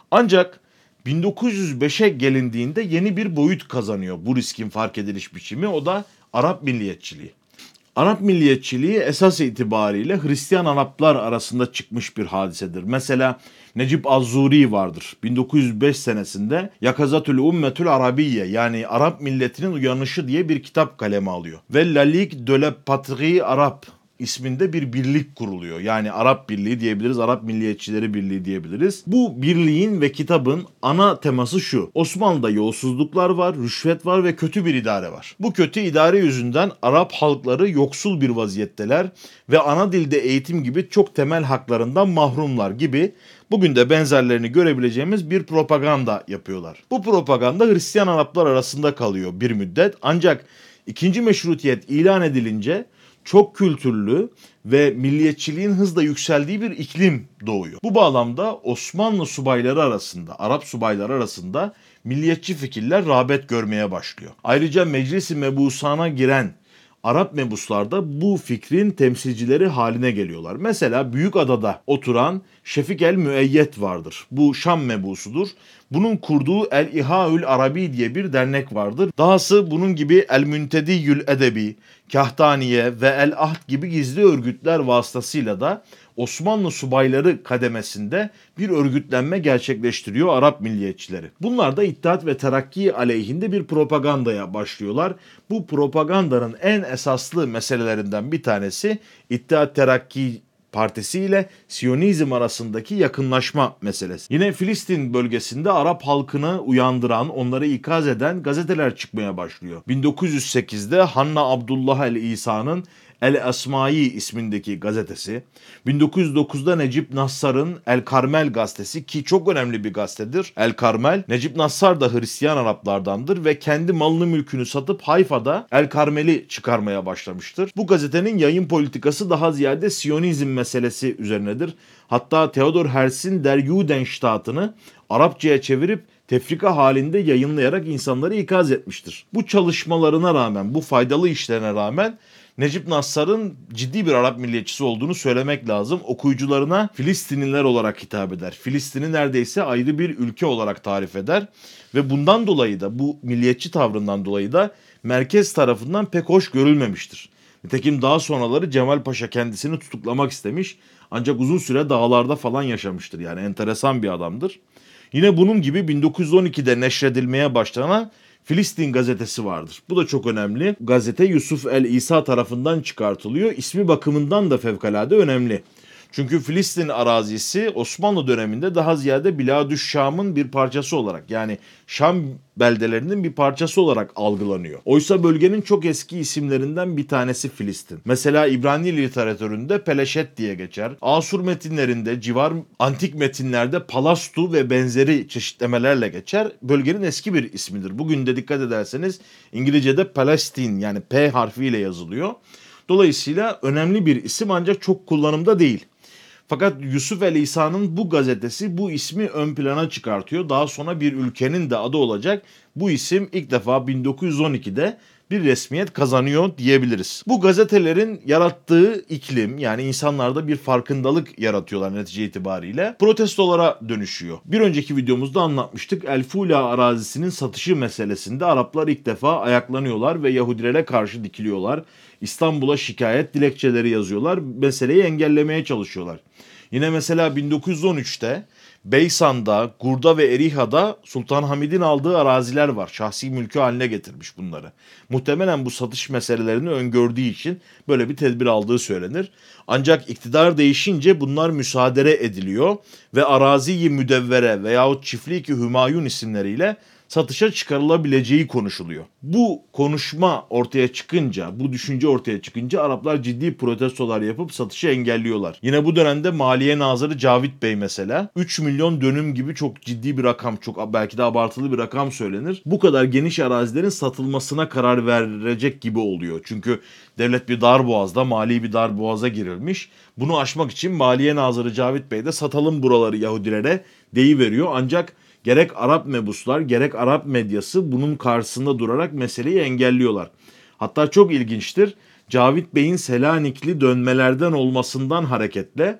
Ancak bin dokuz yüz beşe gelindiğinde yeni bir boyut kazanıyor bu riskin fark ediliş biçimi. O da Arap milliyetçiliği. Arap milliyetçiliği esas itibariyle Hristiyan Araplar arasında çıkmış bir hadisedir. Mesela Necip Az-Zuri vardır. bin dokuz yüz beş senesinde Yakazatül Ummetül Arabiye yani Arap milletinin uyanışı diye bir kitap kaleme alıyor. Ve La Ligue de la Patrie Arabe isminde bir birlik kuruluyor. Yani Arap Birliği diyebiliriz, Arap Milliyetçileri Birliği diyebiliriz. Bu birliğin ve kitabın ana teması şu: Osmanlı'da yolsuzluklar var, rüşvet var ve kötü bir idare var. Bu kötü idare yüzünden Arap halkları yoksul bir vaziyetteler ve ana dilde eğitim gibi çok temel haklarından mahrumlar gibi bugün de benzerlerini görebileceğimiz bir propaganda yapıyorlar. Bu propaganda Hristiyan Araplar arasında kalıyor bir müddet, ancak ikinci meşrutiyet ilan edilince çok kültürlü ve milliyetçiliğin hızla yükseldiği bir iklim doğuyor. Bu bağlamda Osmanlı subayları arasında, Arap subayları arasında milliyetçi fikirler rağbet görmeye başlıyor. Ayrıca Meclis-i Mebusan'a giren Arap mebuslar da bu fikrin temsilcileri haline geliyorlar. Mesela Büyükada'da oturan Şefik el-Müeyyet vardır. Bu Şam mebusudur. Bunun kurduğu El-İhaül Arabi diye bir dernek vardır. Dahası bunun gibi El-Müntediyyül Edebi, Kahtaniye ve El-Ahd gibi gizli örgütler vasıtasıyla da Osmanlı subayları kademesinde bir örgütlenme gerçekleştiriyor Arap milliyetçileri. Bunlar da İttihat ve Terakki aleyhinde bir propagandaya başlıyorlar. Bu propagandanın en esaslı meselelerinden bir tanesi İttihat Terakki Partisi ile Siyonizm arasındaki yakınlaşma meselesi. Yine Filistin bölgesinde Arap halkını uyandıran, onları ikaz eden gazeteler çıkmaya başlıyor. bin dokuz yüz sekizde Hanna Abdullah el-İsa'nın El-Esmai ismindeki gazetesi, bin dokuz yüz dokuzda Necip Nassar'ın El-Karmel gazetesi, ki çok önemli bir gazetedir. El-Karmel, Necip Nassar da Hristiyan Araplardandır ve kendi malını mülkünü satıp Hayfa'da El-Karmel'i çıkarmaya başlamıştır. Bu gazetenin yayın politikası daha ziyade Siyonizm meselesi üzerinedir. Hatta Theodor Herzl'in Der Judenstaat'ını Arapçaya çevirip tefrika halinde yayınlayarak insanları ikaz etmiştir. Bu çalışmalarına rağmen, bu faydalı işlerine rağmen Necip Nassar'ın ciddi bir Arap milliyetçisi olduğunu söylemek lazım. Okuyucularına Filistinliler olarak hitap eder. Filistin'i neredeyse ayrı bir ülke olarak tarif eder. Ve bundan dolayı da, bu milliyetçi tavrından dolayı da merkez tarafından pek hoş görülmemiştir. Nitekim daha sonraları Cemal Paşa kendisini tutuklamak istemiş. Ancak uzun süre dağlarda falan yaşamıştır. Yani enteresan bir adamdır. Yine bunun gibi bin dokuz yüz on ikide neşredilmeye başlanan Filistin gazetesi vardır. Bu da çok önemli. Gazete Yusuf el-İsa tarafından çıkartılıyor. İsmi bakımından da fevkalade önemli. Çünkü Filistin arazisi Osmanlı döneminde daha ziyade Biladüş-Şam'ın bir parçası olarak, yani Şam beldelerinin bir parçası olarak algılanıyor. Oysa bölgenin çok eski isimlerinden bir tanesi Filistin. Mesela İbrani literatüründe Peleşet diye geçer. Asur metinlerinde, civar antik metinlerde Palastu ve benzeri çeşitlemelerle geçer. Bölgenin eski bir ismidir. Bugün de dikkat ederseniz İngilizce'de Palestine, yani P harfiyle yazılıyor. Dolayısıyla önemli bir isim, ancak çok kullanımda değil. Fakat Yusuf el-İsa'nın bu gazetesi bu ismi ön plana çıkartıyor. Daha sonra bir ülkenin de adı olacak. Bu isim ilk defa bin dokuz yüz on ikide bir resmiyet kazanıyor diyebiliriz. Bu gazetelerin yarattığı iklim, yani insanlarda bir farkındalık yaratıyorlar netice itibariyle, protestolara dönüşüyor. Bir önceki videomuzda anlatmıştık. El Fula arazisinin satışı meselesinde Araplar ilk defa ayaklanıyorlar ve Yahudilere karşı dikiliyorlar. İstanbul'a şikayet dilekçeleri yazıyorlar. Meseleyi engellemeye çalışıyorlar. Yine mesela bin dokuz yüz on üçte Beysan'da, Gurda ve Eriha'da Sultan Hamid'in aldığı araziler var. Şahsi mülkü haline getirmiş bunları. Muhtemelen bu satış meselelerini öngördüğü için böyle bir tedbir aldığı söylenir. Ancak iktidar değişince bunlar müsaade ediliyor ve arazi-i müdevvere veyahut çiftlik-i Hümayun isimleriyle satışa çıkarılabileceği konuşuluyor. Bu konuşma ortaya çıkınca, bu düşünce ortaya çıkınca Araplar ciddi protestolar yapıp satışı engelliyorlar. Yine bu dönemde Maliye Nazırı Cavit Bey mesela üç milyon dönüm gibi çok ciddi bir rakam, çok belki de abartılı bir rakam söylenir. Bu kadar geniş arazilerin satılmasına karar verecek gibi oluyor. Çünkü devlet bir darboğazda, mali bir darboğaza girilmiş. Bunu aşmak için Maliye Nazırı Cavit Bey de satalım buraları Yahudilere deyiveriyor. Ancak gerek Arap mebuslar gerek Arap medyası bunun karşısında durarak meseleyi engelliyorlar. Hatta çok ilginçtir. Cavit Bey'in Selanikli dönmelerden olmasından hareketle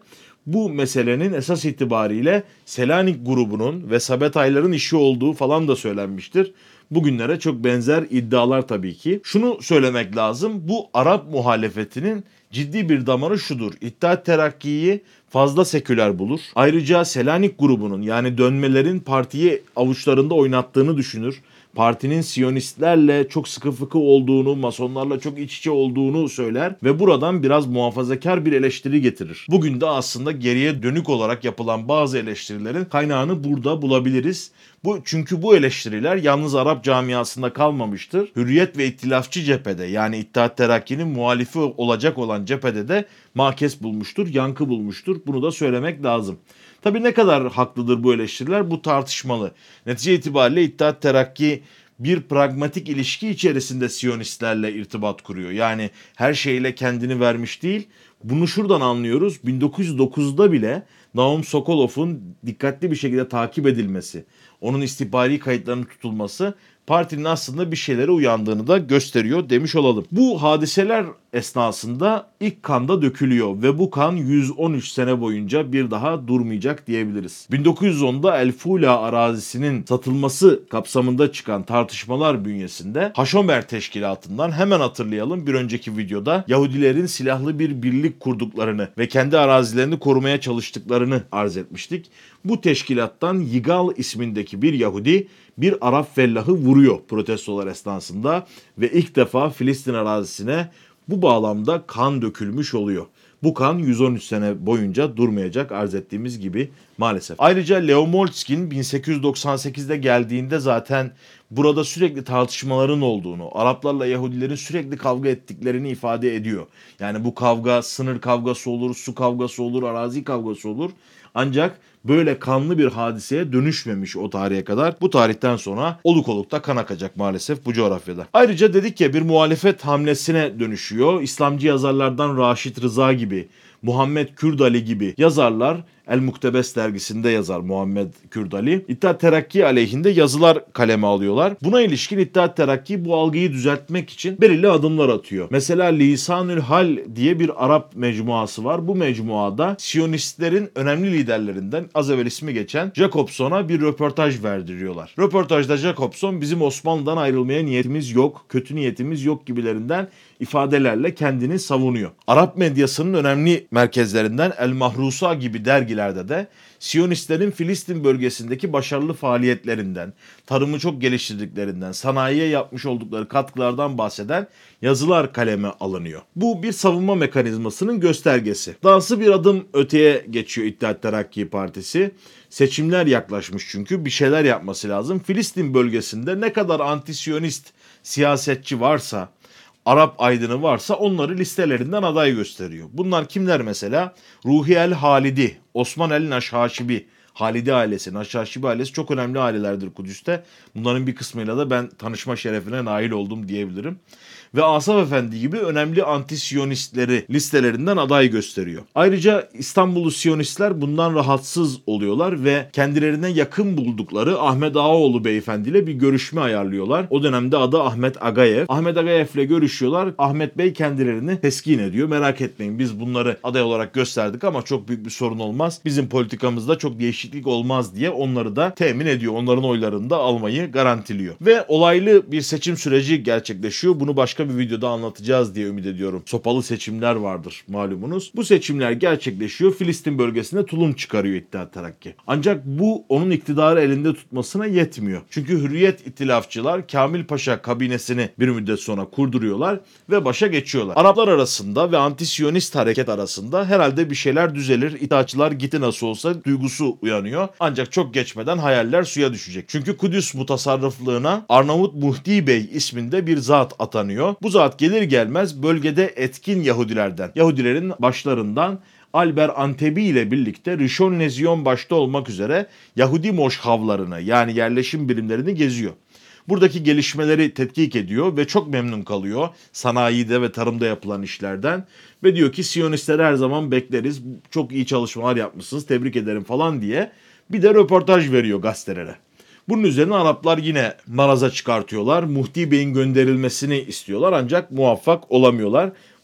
Bu meselenin esas itibariyle Selanik grubunun ve Sabetayların işi olduğu falan da söylenmiştir. Bugünlere çok benzer iddialar tabii ki. Şunu söylemek lazım, bu Arap muhalefetinin ciddi bir damarı şudur: İttihat Terakki'yi fazla seküler bulur. Ayrıca Selanik grubunun, yani dönmelerin partiyi avuçlarında oynattığını düşünür. Partinin Siyonistlerle çok sıkı fıkı olduğunu, Masonlarla çok iç içe olduğunu söyler ve buradan biraz muhafazakar bir eleştiri getirir. Bugün de aslında geriye dönük olarak yapılan bazı eleştirilerin kaynağını burada bulabiliriz. Bu, çünkü bu eleştiriler yalnız Arap camiasında kalmamıştır. Hürriyet ve İttilafçı cephede, yani İttihat Terakki'nin muhalifi olacak olan cephede de makes bulmuştur, yankı bulmuştur. Bunu da söylemek lazım. Tabii ne kadar haklıdır bu eleştiriler, bu tartışmalı. Netice itibariyle İttihat Terakki bir pragmatik ilişki içerisinde Siyonistlerle irtibat kuruyor. Yani her şeyle kendini vermiş değil. Bunu şuradan anlıyoruz: bin dokuz yüz dokuzda bile Naum Sokolov'un dikkatli bir şekilde takip edilmesi, onun istihbari kayıtlarının tutulması partinin aslında bir şeylere uyandığını da gösteriyor demiş olalım. Bu hadiseler esnasında ilk kan da dökülüyor ve bu kan yüz on üç sene boyunca bir daha durmayacak diyebiliriz. bin dokuz yüz onda El Fula arazisinin satılması kapsamında çıkan tartışmalar bünyesinde Haşomer Teşkilatı'ndan, hemen hatırlayalım, bir önceki videoda Yahudilerin silahlı bir birlik kurduklarını ve kendi arazilerini korumaya çalıştıklarını arz etmiştik. Bu teşkilattan Yigal ismindeki bir Yahudi bir Arap fellahı vuruyor protestolar esnasında ve ilk defa Filistin arazisine bu bağlamda kan dökülmüş oluyor. Bu kan yüz on üç sene boyunca durmayacak, arz ettiğimiz gibi maalesef. Ayrıca Leo Moltke'nin bin sekiz yüz doksan sekizde geldiğinde zaten burada sürekli tartışmaların olduğunu, Araplarla Yahudilerin sürekli kavga ettiklerini ifade ediyor. Yani bu kavga sınır kavgası olur, su kavgası olur, arazi kavgası olur. Ancak böyle kanlı bir hadiseye dönüşmemiş o tarihe kadar. Bu tarihten sonra oluk olukta kan akacak maalesef bu coğrafyada. Ayrıca dedik ya, bir muhalefet hamlesine dönüşüyor. İslamcı yazarlardan Raşit Rıza gibi, Muhammed Kürdali gibi yazarlar, El Muktebes dergisinde yazar Muhammed Kürdali, İttihat Terakki aleyhinde yazılar kaleme alıyorlar. Buna ilişkin İttihat Terakki bu algıyı düzeltmek için belirli adımlar atıyor. Mesela Lisanül Hal diye bir Arap mecmuası var. Bu mecmuada Siyonistlerin önemli liderlerinden az evvel ismi geçen Jacobson'a bir röportaj verdiriyorlar. Röportajda Jacobson, bizim Osmanlı'dan ayrılmaya niyetimiz yok, kötü niyetimiz yok gibilerinden ifadelerle kendini savunuyor. Arap medyasının önemli merkezlerinden El Mahrusa gibi dergilerde de Siyonistlerin Filistin bölgesindeki başarılı faaliyetlerinden, tarımı çok geliştirdiklerinden, sanayiye yapmış oldukları katkılardan bahseden yazılar kaleme alınıyor. Bu bir savunma mekanizmasının göstergesi. Dahası bir adım öteye geçiyor İttihat Terakki Partisi. Seçimler yaklaşmış çünkü bir şeyler yapması lazım. Filistin bölgesinde ne kadar anti-Siyonist siyasetçi varsa, Arap aydını varsa onları listelerinden aday gösteriyor. Bunlar kimler mesela? Ruhi el Halidi, Osman el Naşhaşibi, Halidi ailesi, Naşhaşibi ailesi çok önemli ailelerdir Kudüs'te. Bunların bir kısmıyla da ben tanışma şerefine nail oldum diyebilirim. Ve Asaf Efendi gibi önemli anti-Siyonistleri listelerinden aday gösteriyor. Ayrıca İstanbullu Siyonistler bundan rahatsız oluyorlar ve kendilerine yakın buldukları Ahmet Ağaoğlu beyefendi ile bir görüşme ayarlıyorlar. O dönemde adı Ahmet Agayev. Ahmet Agayev ile görüşüyorlar. Ahmet Bey kendilerini teskin ediyor. Merak etmeyin, biz bunları aday olarak gösterdik ama çok büyük bir sorun olmaz. Bizim politikamızda çok değişiklik olmaz diye onları da temin ediyor. Onların oylarını da almayı garantiliyor. Ve olaylı bir seçim süreci gerçekleşiyor. Bunu başka bir videoda anlatacağız diye ümit ediyorum. Sopalı seçimler vardır malumunuz. Bu seçimler gerçekleşiyor. Filistin bölgesinde tulum çıkarıyor İttihat Terakki. Ancak bu onun iktidarı elinde tutmasına yetmiyor. Çünkü Hürriyet İttilafçılar Kamil Paşa kabinesini bir müddet sonra kurduruyorlar ve başa geçiyorlar. Araplar arasında ve anti-Siyonist hareket arasında herhalde bir şeyler düzelir. İttihatçılar gitti nasıl olsa duygusu uyanıyor. Ancak çok geçmeden hayaller suya düşecek. Çünkü Kudüs mutasarrıflığına Arnavut Muhdi Bey isminde bir zat atanıyor. Bu zat gelir gelmez bölgede etkin Yahudilerden, Yahudilerin başlarından Alber Antebi ile birlikte Rishon Lezion başta olmak üzere Yahudi moşhavlarını, yani yerleşim birimlerini geziyor. Buradaki gelişmeleri tetkik ediyor ve çok memnun kalıyor sanayide ve tarımda yapılan işlerden. Ve diyor ki Siyonistleri her zaman bekleriz, çok iyi çalışmalar yapmışsınız, tebrik ederim falan diye bir de röportaj veriyor gazetelere. Bunun üzerine Araplar yine maraza çıkartıyorlar. Muhdi Bey'in gönderilmesini istiyorlar ancak muvaffak olamıyorlar.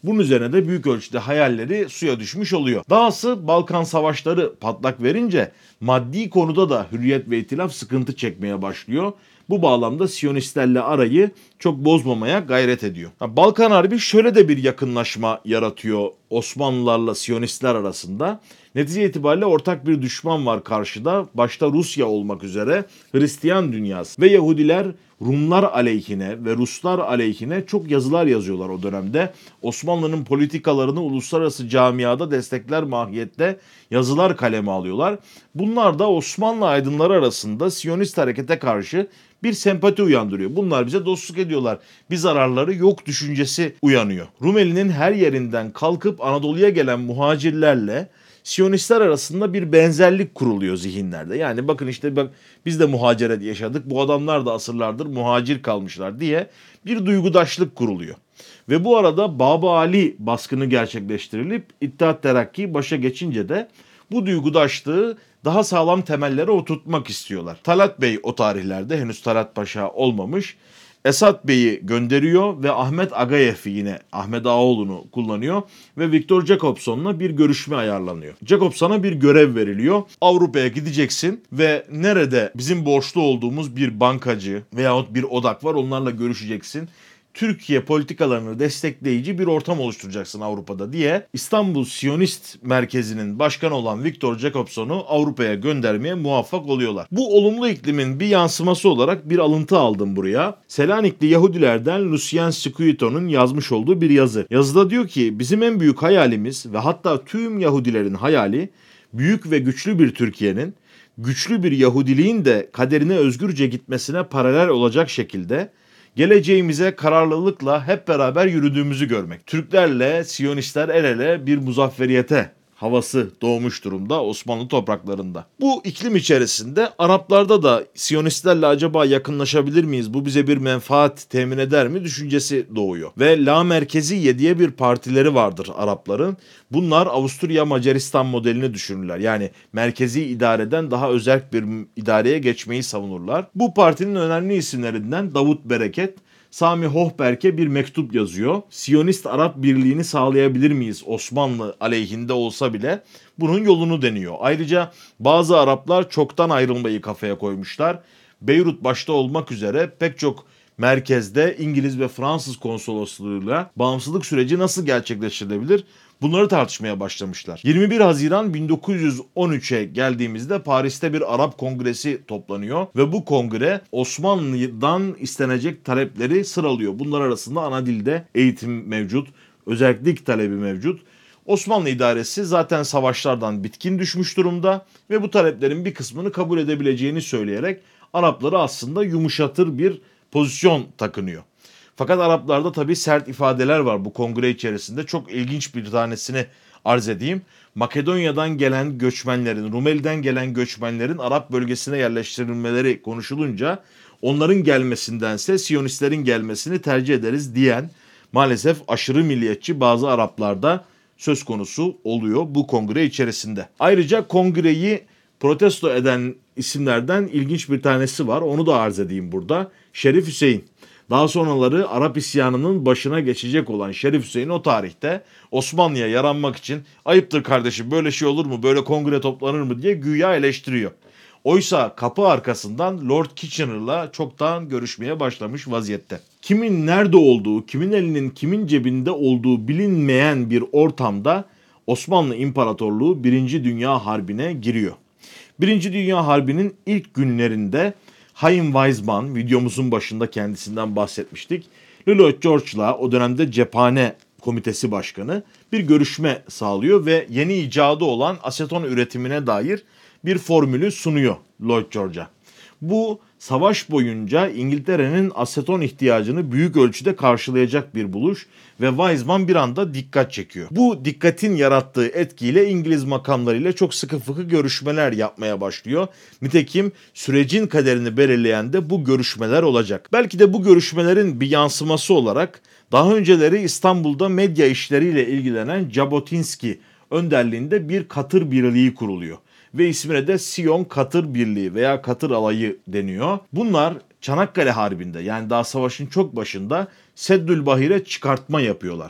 Bunun üzerine de büyük ölçüde hayalleri suya düşmüş oluyor. Dahası Balkan savaşları patlak verince maddi konuda da Hürriyet ve İtilaf sıkıntı çekmeye başlıyor. Bu bağlamda Siyonistlerle arayı çok bozmamaya gayret ediyor. Balkan Harbi şöyle de bir yakınlaşma yaratıyor Osmanlılarla Siyonistler arasında. Netice itibariyle ortak bir düşman var karşıda. Başta Rusya olmak üzere Hristiyan dünyası ve Yahudiler Rumlar aleyhine ve Ruslar aleyhine çok yazılar yazıyorlar o dönemde. Osmanlı'nın politikalarını uluslararası camiada destekler mahiyette yazılar kaleme alıyorlar. Bunlar da Osmanlı aydınları arasında Siyonist harekete karşı bir sempati uyandırıyor. Bunlar bize dostluk ediyorlar. Bir zararları yok düşüncesi uyanıyor. Rumeli'nin her yerinden kalkıp Anadolu'ya gelen muhacirlerle Siyonistler arasında bir benzerlik kuruluyor zihinlerde. Yani bakın işte bak biz de muhaciret yaşadık. Bu adamlar da asırlardır muhacir kalmışlar diye bir duygudaşlık kuruluyor. Ve bu arada Baba Ali baskını gerçekleştirilip İttihat Terakki başa geçince de bu duygudaşlığı daha sağlam temellere oturtmak istiyorlar. Talat Bey o tarihlerde henüz Talat Paşa olmamış. Esat Bey'i gönderiyor ve Ahmet Agayev'i yine Ahmet Ağaoğlu'nu kullanıyor ve Viktor Jacobson'la bir görüşme ayarlanıyor. Jacobson'a bir görev veriliyor. Avrupa'ya gideceksin ve nerede bizim borçlu olduğumuz bir bankacı veyahut bir odak var onlarla görüşeceksin. Türkiye politikalarını destekleyici bir ortam oluşturacaksın Avrupa'da diye İstanbul Siyonist Merkezi'nin başkanı olan Viktor Jacobson'u Avrupa'ya göndermeye muvaffak oluyorlar. Bu olumlu iklimin bir yansıması olarak bir alıntı aldım buraya. Selanikli Yahudilerden Lucien Scuito'nun yazmış olduğu bir yazı. Yazıda diyor ki bizim en büyük hayalimiz ve hatta tüm Yahudilerin hayali büyük ve güçlü bir Türkiye'nin güçlü bir Yahudiliğin de kaderine özgürce gitmesine paralel olacak şekilde geleceğimize kararlılıkla hep beraber yürüdüğümüzü görmek. Türklerle Siyonistler el ele bir muzafferiyete havası doğmuş durumda Osmanlı topraklarında. Bu iklim içerisinde Araplarda da Siyonistlerle acaba yakınlaşabilir miyiz? Bu bize bir menfaat temin eder mi? Düşüncesi doğuyor. Ve La Merkeziye diye bir partileri vardır Arapların. Bunlar Avusturya Macaristan modelini düşünürler. Yani merkezi idareden daha özerk bir idareye geçmeyi savunurlar. Bu partinin önemli isimlerinden Davut Bereket, Sami Hochberg'e bir mektup yazıyor. Siyonist Arap birliğini sağlayabilir miyiz? Osmanlı aleyhinde olsa bile bunun yolunu deniyor. Ayrıca bazı Araplar çoktan ayrılmayı kafaya koymuşlar. Beyrut başta olmak üzere pek çok merkezde İngiliz ve Fransız konsolosluğuyla bağımsızlık süreci nasıl gerçekleştirilebilir? Bunları tartışmaya başlamışlar. yirmi bir Haziran bin dokuz yüz on üçe geldiğimizde Paris'te bir Arap Kongresi toplanıyor ve bu kongre Osmanlı'dan istenecek talepleri sıralıyor. Bunlar arasında ana dilde eğitim mevcut, özellik talebi mevcut. Osmanlı idaresi zaten savaşlardan bitkin düşmüş durumda ve bu taleplerin bir kısmını kabul edebileceğini söyleyerek Arapları aslında yumuşatır bir pozisyon takınıyor. Fakat Araplarda tabii sert ifadeler var bu kongre içerisinde. Çok ilginç bir tanesini arz edeyim. Makedonya'dan gelen göçmenlerin, Rumeli'den gelen göçmenlerin Arap bölgesine yerleştirilmeleri konuşulunca onların gelmesindense Siyonistlerin gelmesini tercih ederiz diyen maalesef aşırı milliyetçi bazı Araplarda söz konusu oluyor bu kongre içerisinde. Ayrıca kongreyi protesto eden isimlerden ilginç bir tanesi var. Onu da arz edeyim burada. Şerif Hüseyin. Daha sonraları Arap isyanının başına geçecek olan Şerif Hüseyin o tarihte Osmanlı'ya yaranmak için ayıptır kardeşim böyle şey olur mu böyle kongre toplanır mı diye güya eleştiriyor. Oysa kapı arkasından Lord Kitchener'la çoktan görüşmeye başlamış vaziyette. Kimin nerede olduğu, kimin elinin kimin cebinde olduğu bilinmeyen bir ortamda Osmanlı İmparatorluğu Birinci Dünya Harbi'ne giriyor. Birinci Dünya Harbi'nin ilk günlerinde Chaim Weizmann, videomuzun başında kendisinden bahsetmiştik. Lloyd George'la o dönemde cephane komitesi başkanı bir görüşme sağlıyor ve yeni icadı olan aseton üretimine dair bir formülü sunuyor Lloyd George'a. Bu savaş boyunca İngiltere'nin aseton ihtiyacını büyük ölçüde karşılayacak bir buluş ve Weizmann bir anda dikkat çekiyor. Bu dikkatin yarattığı etkiyle İngiliz makamlarıyla çok sıkı fıkı görüşmeler yapmaya başlıyor. Nitekim sürecin kaderini belirleyen de bu görüşmeler olacak. Belki de bu görüşmelerin bir yansıması olarak daha önceleri İstanbul'da medya işleriyle ilgilenen Jabotinsky önderliğinde bir katır birliği kuruluyor. Ve ismine de Siyon Katır Birliği veya Katır Alayı deniyor. Bunlar Çanakkale Harbi'nde yani daha savaşın çok başında Seddülbahir'e çıkartma yapıyorlar.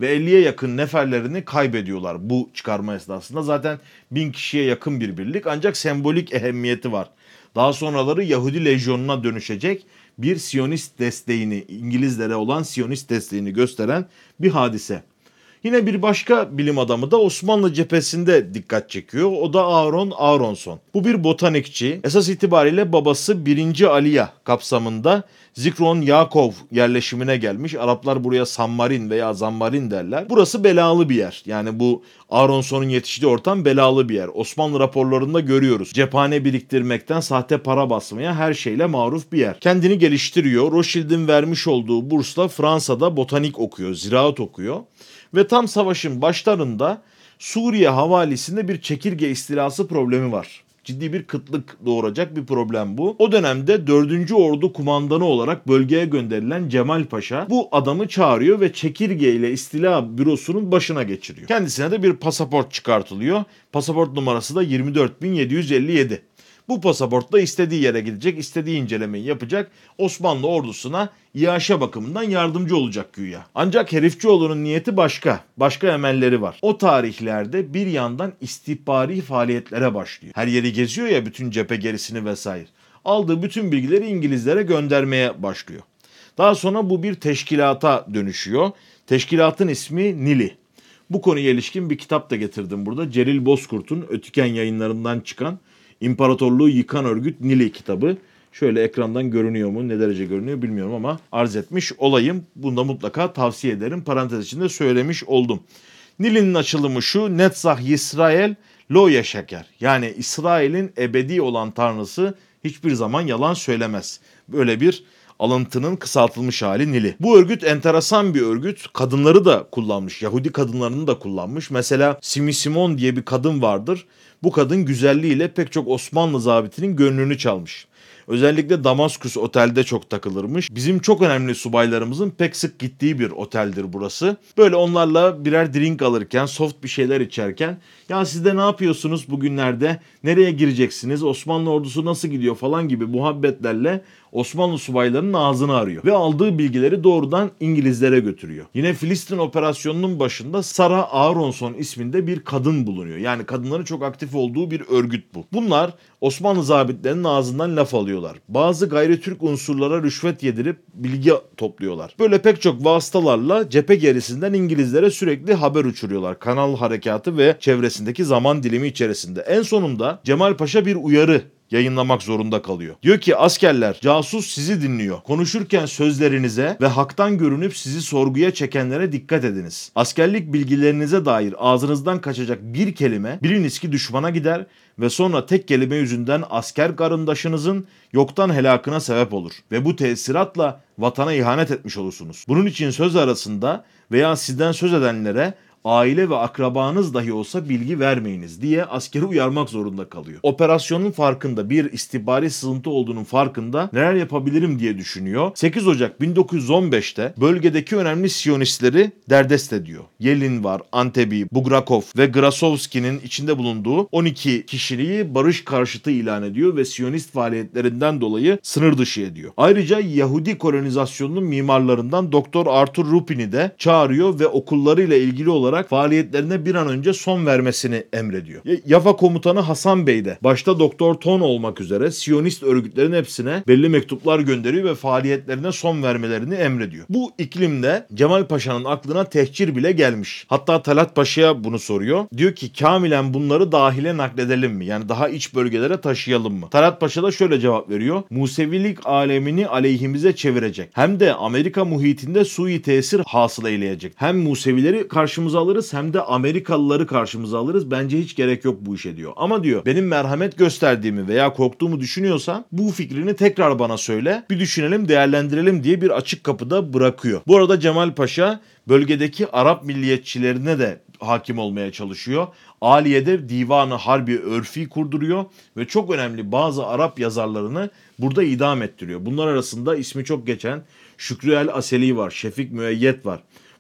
ve elliye yakın neferlerini kaybediyorlar bu çıkarma esnasında. Zaten bin kişiye yakın bir birlik, ancak sembolik ehemmiyeti var. Daha sonraları Yahudi lejyonuna dönüşecek bir Siyonist desteğini, İngilizlere olan Siyonist desteğini gösteren bir hadise. Yine bir başka bilim adamı da Osmanlı cephesinde dikkat çekiyor. O da Aaron Aronson. Bu bir botanikçi. Esas itibariyle babası birinci Aliya kapsamında Zikron Yakov yerleşimine gelmiş. Araplar buraya Sammarin veya Zammarin derler. Burası belalı bir yer. Yani bu Aronson'un yetiştiği ortam belalı bir yer. Osmanlı raporlarında görüyoruz. Cephane biriktirmekten sahte para basmaya her şeyle maruf bir yer. Kendini geliştiriyor. Rothschild'in vermiş olduğu bursla Fransa'da botanik okuyor, ziraat okuyor. Ve tam savaşın başlarında Suriye havalisinde bir çekirge istilası problemi var. Ciddi bir kıtlık doğuracak bir problem bu. O dönemde dördüncü Ordu kumandanı olarak bölgeye gönderilen Cemal Paşa bu adamı çağırıyor ve çekirge ile istila bürosunun başına geçiriyor. Kendisine de bir pasaport çıkartılıyor. Pasaport numarası da yirmi dört bin yedi yüz elli yedi. Bu pasaportla istediği yere gidecek, istediği incelemeyi yapacak, Osmanlı ordusuna iaşe bakımından yardımcı olacak güya. Ancak Herifçioğlu'nun niyeti başka, başka emelleri var. O tarihlerde bir yandan istihbari faaliyetlere başlıyor. Her yeri geziyor ya, bütün cephe gerisini vesaire. Aldığı bütün bilgileri İngilizlere göndermeye başlıyor. Daha sonra bu bir teşkilata dönüşüyor. Teşkilatın ismi Nili. Bu konuya ilişkin bir kitap da getirdim burada. Celil Bozkurt'un Ötüken Yayınlarından çıkan İmparatorluğu Yıkan Örgüt Nili kitabı. Şöyle ekrandan görünüyor mu, ne derece görünüyor bilmiyorum ama arz etmiş olayım. Bunu da mutlaka tavsiye ederim. Parantez içinde söylemiş oldum. Nil'in açılımı şu: Netzach Yisrael Lo Yeşeker. Yani İsrail'in ebedi olan tanrısı hiçbir zaman yalan söylemez. Böyle bir alıntının kısaltılmış hali Nili. Bu örgüt enteresan bir örgüt. Kadınları da kullanmış. Yahudi kadınlarını da kullanmış. Mesela Simi Simon diye bir kadın vardır. Bu kadın güzelliğiyle pek çok Osmanlı zabitinin gönlünü çalmış. Özellikle Damaskus otelde çok takılırmış. Bizim çok önemli subaylarımızın pek sık gittiği bir oteldir burası. Böyle onlarla birer drink alırken, soft bir şeyler içerken, ya siz de ne yapıyorsunuz bugünlerde, nereye gireceksiniz, Osmanlı ordusu nasıl gidiyor falan gibi muhabbetlerle Osmanlı subaylarının ağzını arıyor. Ve aldığı bilgileri doğrudan İngilizlere götürüyor. Yine Filistin operasyonunun başında Sarah Aronson isminde bir kadın bulunuyor. Yani kadınların çok aktif olduğu bir örgüt bu. Bunlar Osmanlı zabitlerinin ağzından laf alıyorlar. Bazı gayri-Türk unsurlara rüşvet yedirip bilgi topluyorlar. Böyle pek çok vasıtalarla cephe gerisinden İngilizlere sürekli haber uçuruyorlar. Kanal harekatı ve çevresindeki zaman dilimi içerisinde. En sonunda Cemal Paşa bir uyarı yayınlamak zorunda kalıyor. Diyor ki askerler, casus sizi dinliyor. Konuşurken sözlerinize ve haktan görünüp sizi sorguya çekenlere dikkat ediniz. Askerlik bilgilerinize dair ağzınızdan kaçacak bir kelime biliniz ki düşmana gider ve sonra tek kelime yüzünden asker karındaşınızın yoktan helakına sebep olur. Ve bu tesiratla vatana ihanet etmiş olursunuz. Bunun için söz arasında veya sizden söz edenlere aile ve akrabanız dahi olsa bilgi vermeyiniz diye askeri uyarmak zorunda kalıyor. Operasyonun farkında, bir istihbari sızıntı olduğunun farkında, neler yapabilirim diye düşünüyor. sekiz Ocak bin dokuz yüz on beşte bölgedeki önemli Siyonistleri derdest ediyor. Yelin var, Antebi, Bugrakov ve Grasovski'nin içinde bulunduğu on iki kişiliği barış karşıtı ilan ediyor ve Siyonist faaliyetlerinden dolayı sınır dışı ediyor. Ayrıca Yahudi kolonizasyonunun mimarlarından Doktor Arthur Rupin'i de çağırıyor ve okullarıyla ilgili olarak faaliyetlerine bir an önce son vermesini emrediyor. Yafa komutanı Hasan Bey de başta Doktor Ton olmak üzere Siyonist örgütlerin hepsine belli mektuplar gönderiyor ve faaliyetlerine son vermelerini emrediyor. Bu iklimde Cemal Paşa'nın aklına tehcir bile gelmiş. Hatta Talat Paşa'ya bunu soruyor. Diyor ki kamilen bunları dahile nakledelim mi? Yani daha iç bölgelere taşıyalım mı? Talat Paşa da şöyle cevap veriyor. Musevilik alemini aleyhimize çevirecek. Hem de Amerika muhitinde sui tesir hasıl eyleyecek. Hem Musevileri karşımıza alırız hem de Amerikalıları karşımıza alırız. Bence hiç gerek yok bu işe diyor. Ama diyor benim merhamet gösterdiğimi veya korktuğumu düşünüyorsan bu fikrini tekrar bana söyle. Bir düşünelim, değerlendirelim diye bir açık kapıda bırakıyor. Bu arada Cemal Paşa bölgedeki Arap milliyetçilerine de hakim olmaya çalışıyor. Aliye'de Divanı Harbi Örfi kurduruyor ve çok önemli bazı Arap yazarlarını burada idam ettiriyor. Bunlar arasında ismi çok geçen Şükrü el Aseli var, Şefik Müeyyet var.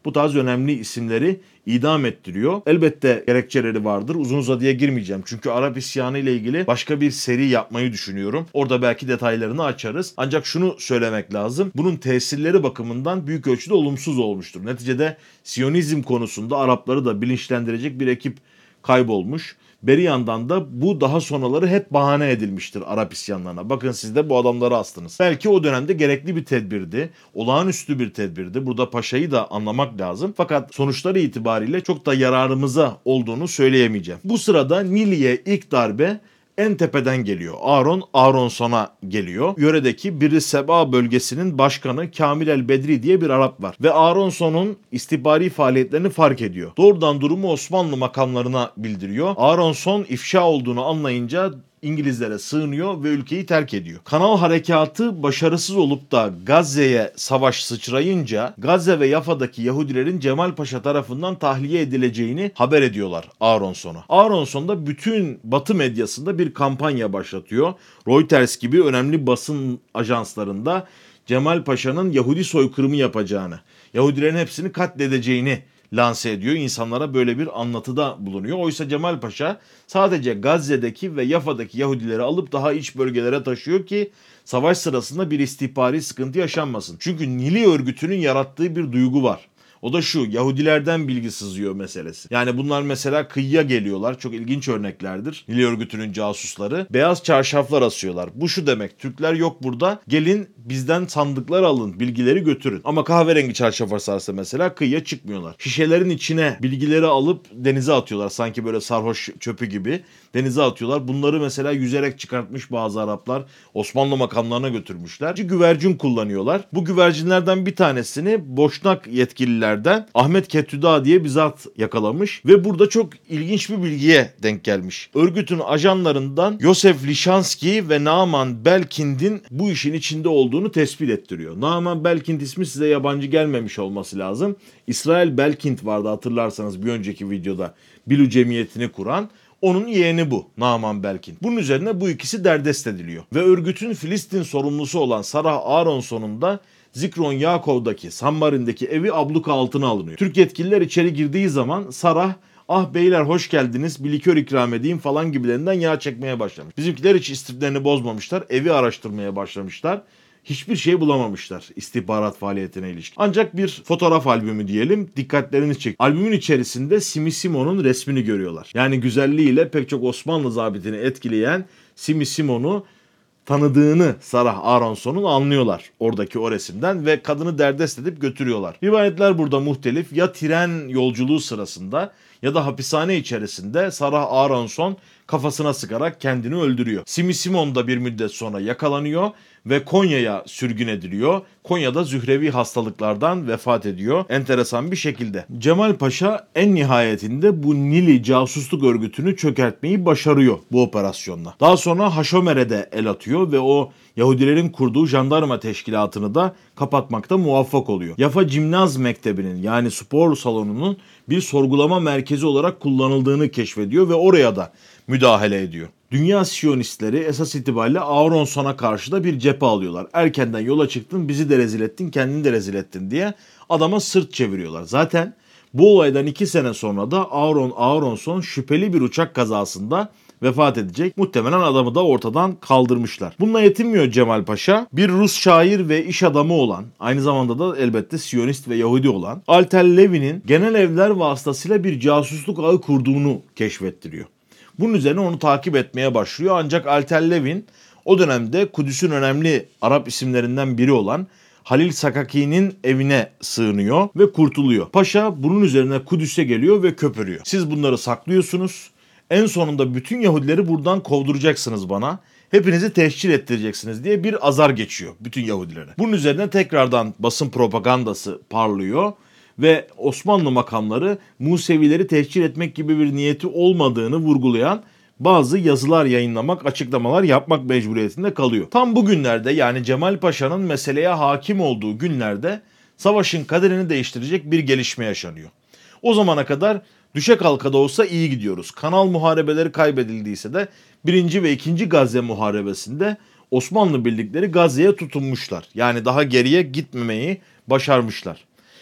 bu tarz önemli isimleri idam ettiriyor. Elbette gerekçeleri vardır. Uzun uzadıya girmeyeceğim. Çünkü Arap isyanı ile ilgili başka bir seri yapmayı düşünüyorum. Orada belki detaylarını açarız. Ancak şunu söylemek lazım. Bunun tesirleri bakımından büyük ölçüde olumsuz olmuştur. Neticede Siyonizm konusunda Arapları da bilinçlendirecek bir ekip kaybolmuş. Beri yandan da bu daha sonraları hep bahane edilmiştir Arap isyanlarına. Bakın siz de bu adamları astınız. Belki o dönemde gerekli bir tedbirdi. Olağanüstü bir tedbirdi. Burada paşayı da anlamak lazım. Fakat sonuçları itibariyle çok da yararımıza olduğunu söyleyemeyeceğim. Bu sırada Nil'ye ilk darbe en tepeden geliyor. Aron, Aronson'a geliyor. Yöredeki Biri Seba bölgesinin başkanı Kamil el-Bedri diye bir Arap var. Ve Aronson'un istihbari faaliyetlerini fark ediyor. Doğrudan durumu Osmanlı makamlarına bildiriyor. Aronson ifşa olduğunu anlayınca İngilizlere sığınıyor ve ülkeyi terk ediyor. Kanal harekatı başarısız olup da Gazze'ye savaş sıçrayınca Gazze ve Yafa'daki Yahudilerin Cemal Paşa tarafından tahliye edileceğini haber ediyorlar Aronson'a. Aronson da bütün Batı medyasında bir kampanya başlatıyor. Reuters gibi önemli basın ajanslarında Cemal Paşa'nın Yahudi soykırımı yapacağını, Yahudilerin hepsini katledeceğini lanse ediyor. İnsanlara böyle bir anlatıda bulunuyor. Oysa Cemal Paşa sadece Gazze'deki ve Yafa'daki Yahudileri alıp daha iç bölgelere taşıyor ki savaş sırasında bir istihbari sıkıntı yaşanmasın. Çünkü Nili örgütünün yarattığı bir duygu var. O da şu, Yahudilerden bilgi sızıyor meselesi. Yani bunlar mesela kıyıya geliyorlar. Çok ilginç örneklerdir. Nil örgütünün casusları. Beyaz çarşaflar asıyorlar. Bu şu demek, Türkler yok burada. Gelin bizden sandıklar alın, bilgileri götürün. Ama kahverengi çarşaf asarsa mesela kıyıya çıkmıyorlar. Şişelerin içine bilgileri alıp denize atıyorlar. Sanki böyle sarhoş çöpü gibi denize atıyorlar. Bunları mesela yüzerek çıkartmış bazı Araplar. Osmanlı makamlarına götürmüşler. Güvercin kullanıyorlar. Bu güvercinlerden bir tanesini Boşnak yetkililer Ahmet Kettüda diye bir zat yakalamış ve burada çok ilginç bir bilgiye denk gelmiş. Örgütün ajanlarından Yosef Lishanski ve Naaman Belkind'in bu işin içinde olduğunu tespit ettiriyor. Naaman Belkind ismi size yabancı gelmemiş olması lazım. İsrail Belkind vardı hatırlarsanız bir önceki videoda Bilu Cemiyeti'ni kuran. Onun yeğeni bu Naaman Belkind. Bunun üzerine bu ikisi derdest ediliyor. Ve örgütün Filistin sorumlusu olan Sarah Aronson'un da Zikron Yakov'daki Sammarin'deki evi abluka altına alınıyor. Türk yetkililer içeri girdiği zaman Sarah, ah beyler hoş geldiniz bir likör ikram edeyim falan gibilerinden yağ çekmeye başlamış. Bizimkiler hiç istiflerini bozmamışlar, evi araştırmaya başlamışlar. Hiçbir şey bulamamışlar istihbarat faaliyetine ilişkin. Ancak bir fotoğraf albümü diyelim dikkatlerini çek. Albümün içerisinde Simi Simon'un resmini görüyorlar. Yani güzelliğiyle pek çok Osmanlı zabitini etkileyen Simi Simon'u tanıdığını Sarah Aronson'un anlıyorlar oradaki o resimden ve kadını derdest edip götürüyorlar. Rivayetler burada muhtelif. Ya tren yolculuğu sırasında ya da hapishane içerisinde Sarah Aronson kafasına sıkarak kendini öldürüyor. Simi Simon da bir müddet sonra yakalanıyor ve Konya'ya sürgün ediliyor. Konya'da zührevi hastalıklardan vefat ediyor. Enteresan bir şekilde. Cemal Paşa en nihayetinde bu Nili casusluk örgütünü çökertmeyi başarıyor bu operasyonla. Daha sonra Haşomer'e de el atıyor ve o Yahudilerin kurduğu jandarma teşkilatını da kapatmakta muvaffak oluyor. Yafa Cimnaz Mektebi'nin yani spor salonunun bir sorgulama merkezi olarak kullanıldığını keşfediyor ve oraya da müdahale ediyor. Dünya Siyonistleri esas itibariyle Aronson'a karşı da bir cephe alıyorlar. Erkenden yola çıktın, bizi de rezil ettin, kendini de rezil ettin diye adama sırt çeviriyorlar. Zaten bu olaydan iki sene sonra da Aaron Aronson şüpheli bir uçak kazasında vefat edecek. Muhtemelen adamı da ortadan kaldırmışlar. Bununla yetinmiyor Cemal Paşa. Bir Rus şair ve iş adamı olan, aynı zamanda da elbette Siyonist ve Yahudi olan Alter Levi'nin genel evler vasıtasıyla bir casusluk ağı kurduğunu keşfettiriyor. Bunun üzerine onu takip etmeye başlıyor. Ancak Alter Levin o dönemde Kudüs'ün önemli Arap isimlerinden biri olan Halil Sakaki'nin evine sığınıyor ve kurtuluyor. Paşa bunun üzerine Kudüs'e geliyor ve köpürüyor. Siz bunları saklıyorsunuz. En sonunda bütün Yahudileri buradan kovduracaksınız bana. Hepinizi tehcir ettireceksiniz diye bir azar geçiyor bütün Yahudilere. Bunun üzerine tekrardan basın propagandası parlıyor. Ve Osmanlı makamları Musevileri tehcir etmek gibi bir niyeti olmadığını vurgulayan bazı yazılar yayınlamak, açıklamalar yapmak mecburiyetinde kalıyor. Tam bu günlerde yani Cemal Paşa'nın meseleye hakim olduğu günlerde savaşın kaderini değiştirecek bir gelişme yaşanıyor. O zamana kadar düşe kalka da olsa iyi gidiyoruz. Kanal muharebeleri kaybedildiyse de birinci ve ikinci Gazze muharebesinde Osmanlı birlikleri Gazze'ye tutunmuşlar. Yani daha geriye gitmemeyi başarmışlar.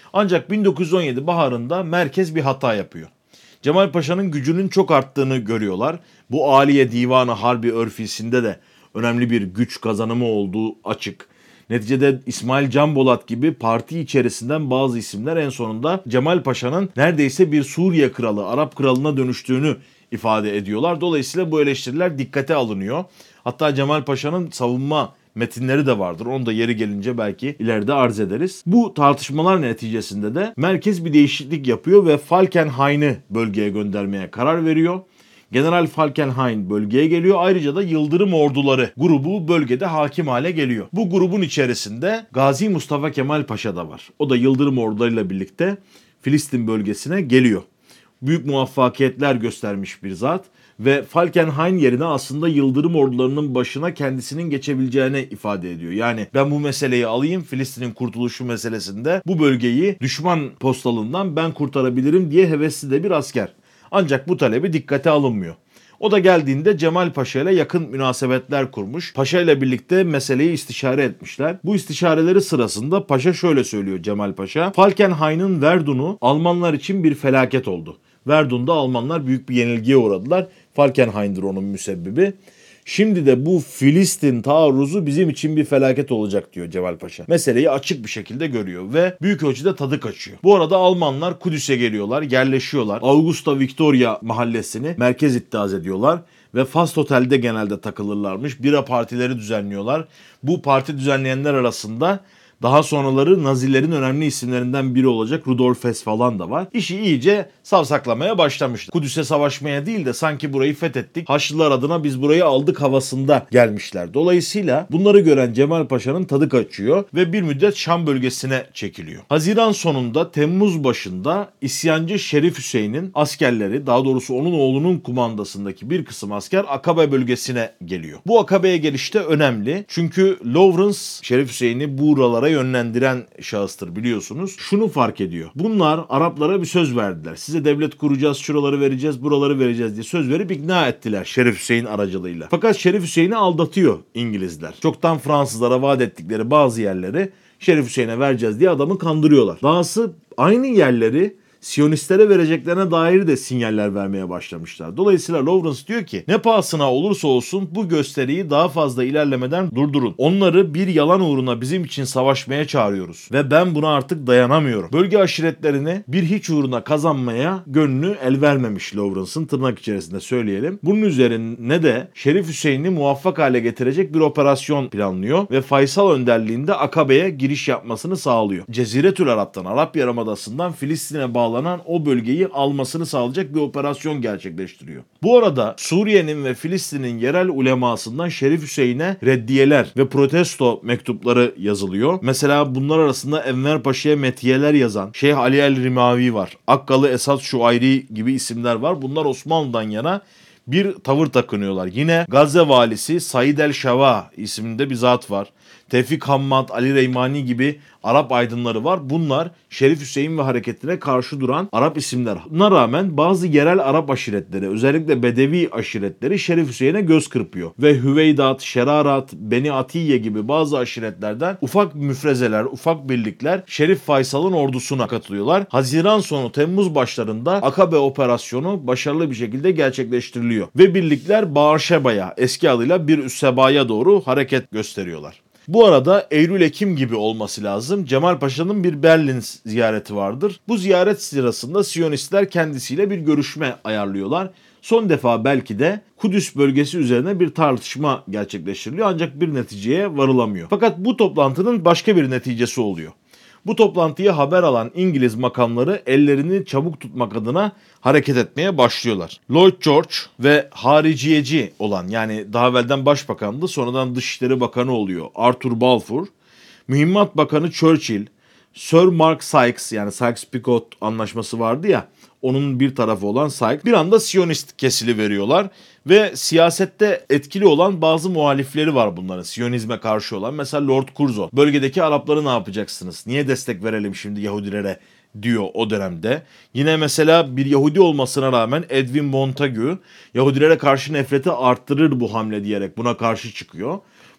Ancak bin dokuz yüz on yedi baharında merkez bir hata yapıyor. Cemal Paşa'nın gücünün çok arttığını görüyorlar. Bu Aliye Divanı Harbi örfisinde de önemli bir güç kazanımı olduğu açık. Neticede İsmail Can Bolat gibi parti içerisinden bazı isimler en sonunda Cemal Paşa'nın neredeyse bir Suriye kralı, Arap kralına dönüştüğünü ifade ediyorlar. Dolayısıyla bu eleştiriler dikkate alınıyor. Hatta Cemal Paşa'nın savunma metinleri de vardır. Onu da yeri gelince belki ileride arz ederiz. Bu tartışmalar neticesinde de merkez bir değişiklik yapıyor ve Falkenhayn'ı bölgeye göndermeye karar veriyor. General Falkenhayn bölgeye geliyor. Ayrıca da Yıldırım Orduları grubu bölgede hakim hale geliyor. Bu grubun içerisinde Gazi Mustafa Kemal Paşa da var. O da Yıldırım Ordularıyla birlikte Filistin bölgesine geliyor. Büyük muvaffakiyetler göstermiş bir zat ve Falkenhayn yerine aslında Yıldırım Ordularının başına kendisinin geçebileceğini ifade ediyor. Yani ben bu meseleyi alayım, Filistin'in kurtuluşu meselesinde bu bölgeyi düşman postalından ben kurtarabilirim diye hevesli de bir asker. Ancak bu talebi dikkate alınmıyor. O da geldiğinde Cemal Paşa ile yakın münasebetler kurmuş. Paşa ile birlikte meseleyi istişare etmişler. Bu istişareleri sırasında Paşa şöyle söylüyor Cemal Paşa. Falkenhayn'ın Verdun'u Almanlar için bir felaket oldu. Verdun'da Almanlar büyük bir yenilgiye uğradılar. Falkenhayn'dır onun müsebbibi. Şimdi de bu Filistin taarruzu bizim için bir felaket olacak diyor Cemal Paşa. Meseleyi açık bir şekilde görüyor ve büyük ölçüde tadı kaçıyor. Bu arada Almanlar Kudüs'e geliyorlar, yerleşiyorlar. Augusta Victoria mahallesini merkez iddiaz ediyorlar ve Fast Otel'de genelde takılırlarmış. Bira partileri düzenliyorlar. Bu parti düzenleyenler arasında daha sonraları Nazilerin önemli isimlerinden biri olacak Rudolf Hess falan da var. İşi iyice savsaklamaya başlamıştı. Kudüs'e savaşmaya değil de sanki burayı fethettik, Haçlılar adına biz burayı aldık havasında gelmişler. Dolayısıyla bunları gören Cemal Paşa'nın tadı kaçıyor ve bir müddet Şam bölgesine çekiliyor. Haziran sonunda Temmuz başında isyancı Şerif Hüseyin'in askerleri, daha doğrusu onun oğlunun kumandasındaki bir kısım asker Akabe bölgesine geliyor. Bu Akabe'ye gelişte önemli. Çünkü Lawrence Şerif Hüseyin'i buralara yönlendiren şahıstır biliyorsunuz. Şunu fark ediyor. Bunlar Araplara bir söz verdiler. Size devlet kuracağız, şuraları vereceğiz, buraları vereceğiz diye söz verip ikna ettiler Şerif Hüseyin aracılığıyla. Fakat Şerif Hüseyin'i aldatıyor İngilizler. Çoktan Fransızlara vaat ettikleri bazı yerleri Şerif Hüseyin'e vereceğiz diye adamı kandırıyorlar. Dahası aynı yerleri Siyonistlere vereceklerine dair de sinyaller vermeye başlamışlar. Dolayısıyla Lawrence diyor ki ne pahasına olursa olsun bu gösteriyi daha fazla ilerlemeden durdurun. Onları bir yalan uğruna bizim için savaşmaya çağırıyoruz. Ve ben buna artık dayanamıyorum. Bölge aşiretlerini bir hiç uğruna kazanmaya gönlü el vermemiş Lawrence'ın, tırnak içerisinde söyleyelim. Bunun üzerine de Şerif Hüseyin'i muvaffak hale getirecek bir operasyon planlıyor ve Faysal önderliğinde Akabe'ye giriş yapmasını sağlıyor. Ceziretül Arap'tan, Arap Yarımadası'ndan Filistin'e bağlı o bölgeyi almasını sağlayacak bir operasyon gerçekleştiriyor. Bu arada Suriye'nin ve Filistin'in yerel ulemasından Şerif Hüseyin'e reddiyeler ve protesto mektupları yazılıyor. Mesela bunlar arasında Enver Paşa'ya metiyeler yazan Şeyh Ali el Rimavi var. Akkalı Esad Şuayri gibi isimler var. Bunlar Osmanlı'dan yana bir tavır takınıyorlar. Yine Gazze valisi Said el-Şava isminde bir zat var. Tevfik Hammad, Ali Reymani gibi Arap aydınları var. Bunlar Şerif Hüseyin ve hareketine karşı duran Arap isimler. Buna rağmen bazı yerel Arap aşiretleri, özellikle Bedevi aşiretleri Şerif Hüseyin'e göz kırpıyor. Ve Hüveydat, Şerarat, Beni Atiye gibi bazı aşiretlerden ufak müfrezeler, ufak birlikler Şerif Faysal'ın ordusuna katılıyorlar. Haziran sonu Temmuz başlarında Akabe operasyonu başarılı bir şekilde gerçekleştiriliyor. Ve birlikler Bağırşeba'ya, eski adıyla Bir Üsseba'ya doğru hareket gösteriyorlar. Bu arada Eylül-Ekim gibi olması lazım. Cemal Paşa'nın bir Berlin ziyareti vardır. Bu ziyaret sırasında Siyonistler kendisiyle bir görüşme ayarlıyorlar. Son defa belki de Kudüs bölgesi üzerine bir tartışma gerçekleştiriliyor ancak bir neticeye varılamıyor. Fakat bu toplantının başka bir neticesi oluyor. Bu toplantıyı haber alan İngiliz makamları ellerini çabuk tutmak adına hareket etmeye başlıyorlar. Lloyd George ve hariciyeci olan, yani daha evvelden başbakandı, sonradan Dışişleri Bakanı oluyor Arthur Balfour, Mühimmat Bakanı Churchill, Sir Mark Sykes, yani Sykes-Picot anlaşması vardı ya, onun bir tarafı olan Sykes bir anda Siyonist kesili veriyorlar ve siyasette etkili olan bazı muhalifleri var bunların, Siyonizme karşı olan. Mesela Lord Curzon, bölgedeki Arapları ne yapacaksınız? Niye destek verelim şimdi Yahudilere diyor o dönemde. Yine mesela bir Yahudi olmasına rağmen Edwin Montagu Yahudilere karşı nefreti arttırır bu hamle diyerek buna karşı çıkıyor.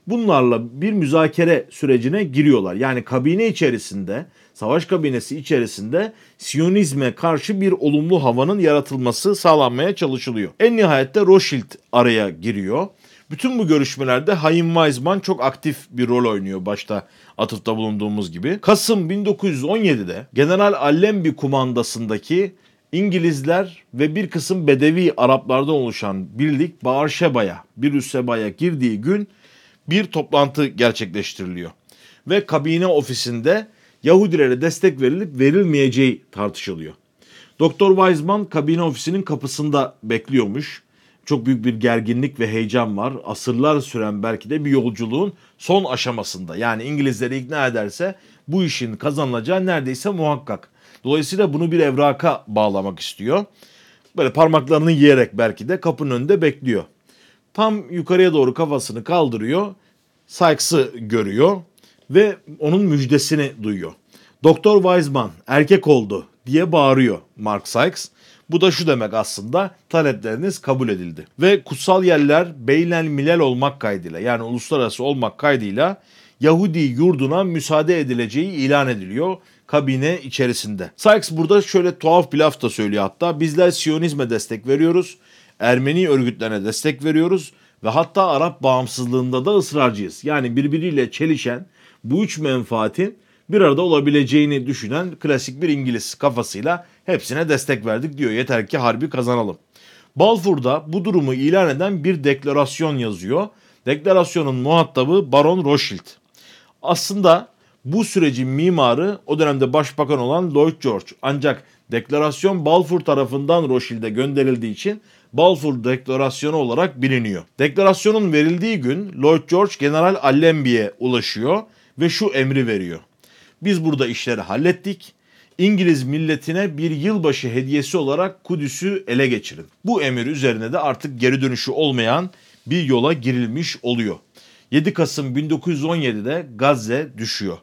Bunlarla bir müzakere sürecine giriyorlar. Yani kabine içerisinde, savaş kabinesi içerisinde Siyonizme karşı bir olumlu havanın yaratılması sağlanmaya çalışılıyor. En nihayette Rothschild araya giriyor. Bütün bu görüşmelerde Chaim Weizmann çok aktif bir rol oynuyor, başta atıfta bulunduğumuz gibi. Kasım bin dokuz yüz on yedide General Allenby kumandasındaki İngilizler ve bir kısım Bedevi Araplardan oluşan birlik Beerşeba'ya, Birüsseba'ya girdiği gün bir toplantı gerçekleştiriliyor. Ve kabine ofisinde Yahudilere destek verilip verilmeyeceği tartışılıyor. Doktor Weizmann kabine ofisinin kapısında bekliyormuş. Çok büyük bir gerginlik ve heyecan var. Asırlar süren belki de bir yolculuğun son aşamasında. Yani İngilizleri ikna ederse bu işin kazanılacağı neredeyse muhakkak. Dolayısıyla bunu bir evraka bağlamak istiyor. Böyle parmaklarını yiyerek belki de kapının önünde bekliyor. Tam yukarıya doğru kafasını kaldırıyor. Sykes'ı görüyor ve onun müjdesini duyuyor. Doktor Weizmann erkek oldu diye bağırıyor Mark Sykes. Bu da şu demek aslında: talepleriniz kabul edildi. Ve kutsal yerler beynel milel olmak kaydıyla, yani uluslararası olmak kaydıyla Yahudi yurduna müsaade edileceği ilan ediliyor kabine içerisinde. Sykes burada şöyle tuhaf bir laf da söylüyor hatta: bizler Siyonizme destek veriyoruz, Ermeni örgütlerine destek veriyoruz ve hatta Arap bağımsızlığında da ısrarcıyız. Yani birbiriyle çelişen bu üç menfaatin bir arada olabileceğini düşünen klasik bir İngiliz kafasıyla hepsine destek verdik diyor. Yeter ki harbi kazanalım. Balfour'da bu durumu ilan eden bir deklarasyon yazıyor. Deklarasyonun muhatabı Baron Rothschild. Aslında bu sürecin mimarı o dönemde başbakan olan Lloyd George. Ancak deklarasyon Balfour tarafından Rothschild'e gönderildiği için Balfour Deklarasyonu olarak biliniyor. Deklarasyonun verildiği gün Lloyd George General Allenby'ye ulaşıyor ve şu emri veriyor: biz burada işleri hallettik. İngiliz milletine bir yılbaşı hediyesi olarak Kudüs'ü ele geçirin. Bu emir üzerine de artık geri dönüşü olmayan bir yola girilmiş oluyor. yedi Kasım bin dokuz yüz on yedide Gazze düşüyor.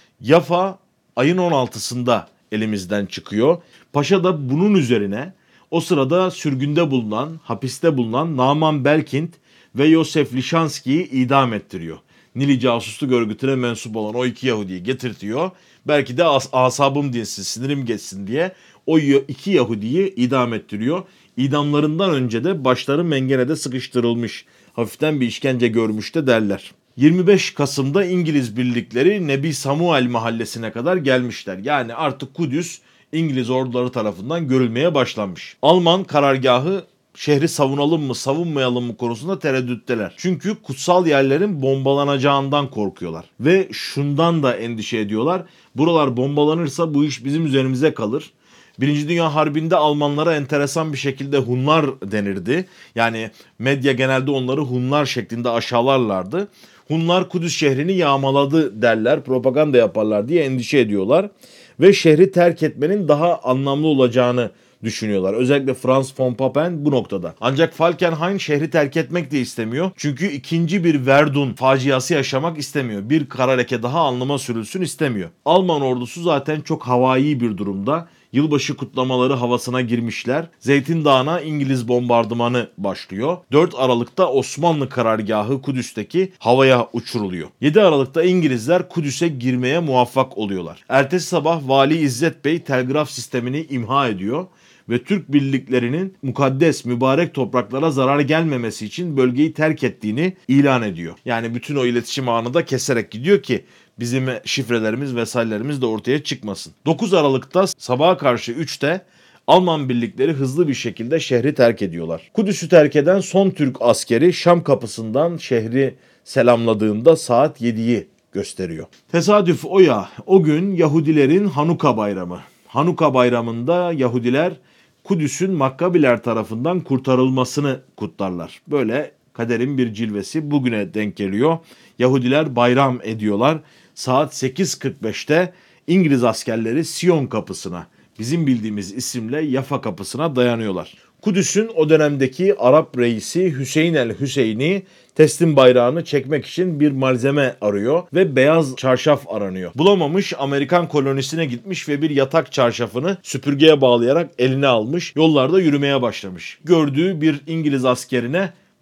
Yafa ayın on altısında elimizden çıkıyor. Paşa da bunun üzerine o sırada sürgünde bulunan, hapiste bulunan Naaman Belkind ve Yosef Lishanski'yi idam ettiriyor. Nili casusluk örgütüne mensup olan o iki Yahudi'yi getirtiyor. Belki de as- asabım dinsin, sinirim geçsin diye o iki Yahudi'yi idam ettiriyor. İdamlarından önce de başları mengenede sıkıştırılmış, hafiften bir işkence görmüş de derler. yirmi beş Kasım'da İngiliz birlikleri Nebi Samuel mahallesine kadar gelmişler. Yani artık Kudüs İngiliz orduları tarafından görülmeye başlanmış. Alman karargahı şehri savunalım mı savunmayalım mı konusunda tereddütteler. Çünkü kutsal yerlerin bombalanacağından korkuyorlar. Ve şundan da endişe ediyorlar: buralar bombalanırsa bu iş bizim üzerimize kalır. Birinci Dünya Harbi'nde Almanlara enteresan bir şekilde Hunlar denirdi. Yani medya genelde onları Hunlar şeklinde aşağılarlardı. Hunlar Kudüs şehrini yağmaladı derler, propaganda yaparlar diye endişe ediyorlar. Ve şehri terk etmenin daha anlamlı olacağını düşünüyorlar. Özellikle Franz von Papen bu noktada. Ancak Falkenhayn şehri terk etmek de istemiyor. Çünkü ikinci bir Verdun faciası yaşamak istemiyor. Bir kara leke daha alnıma sürülsün istemiyor. Alman ordusu zaten çok havai bir durumda. Yılbaşı kutlamaları havasına girmişler. Zeytin Dağı'na İngiliz bombardımanı başlıyor. dört Aralık'ta Osmanlı karargahı Kudüs'teki havaya uçuruluyor. yedi Aralık'ta İngilizler Kudüs'e girmeye muvaffak oluyorlar. Ertesi sabah Vali İzzet Bey telgraf sistemini imha ediyor ve Türk birliklerinin mukaddes mübarek topraklara zarar gelmemesi için bölgeyi terk ettiğini ilan ediyor. Yani bütün o iletişim ağını da keserek gidiyor ki bizim şifrelerimiz vesairelerimiz de ortaya çıkmasın. dokuz Aralık'ta sabaha karşı üçte Alman birlikleri hızlı bir şekilde şehri terk ediyorlar. Kudüs'ü terk eden son Türk askeri Şam kapısından şehri selamladığında saat yediyi gösteriyor. Tesadüf o ya, o gün Yahudilerin Hanuka bayramı. Hanuka bayramında Yahudiler Kudüs'ün Makkabiler tarafından kurtarılmasını kutlarlar. Böyle kaderin bir cilvesi bugüne denk geliyor. Yahudiler bayram ediyorlar. Saat sekiz kırk beşte İngiliz askerleri Sion kapısına, bizim bildiğimiz isimle Yafa kapısına dayanıyorlar. Kudüs'ün o dönemdeki Arap reisi Hüseyin el Hüseyni teslim bayrağını çekmek için bir malzeme arıyor ve beyaz çarşaf aranıyor. Bulamamış, Amerikan kolonisine gitmiş ve bir yatak çarşafını süpürgeye bağlayarak eline almış, yollarda yürümeye başlamış. Gördüğü bir İngiliz askerine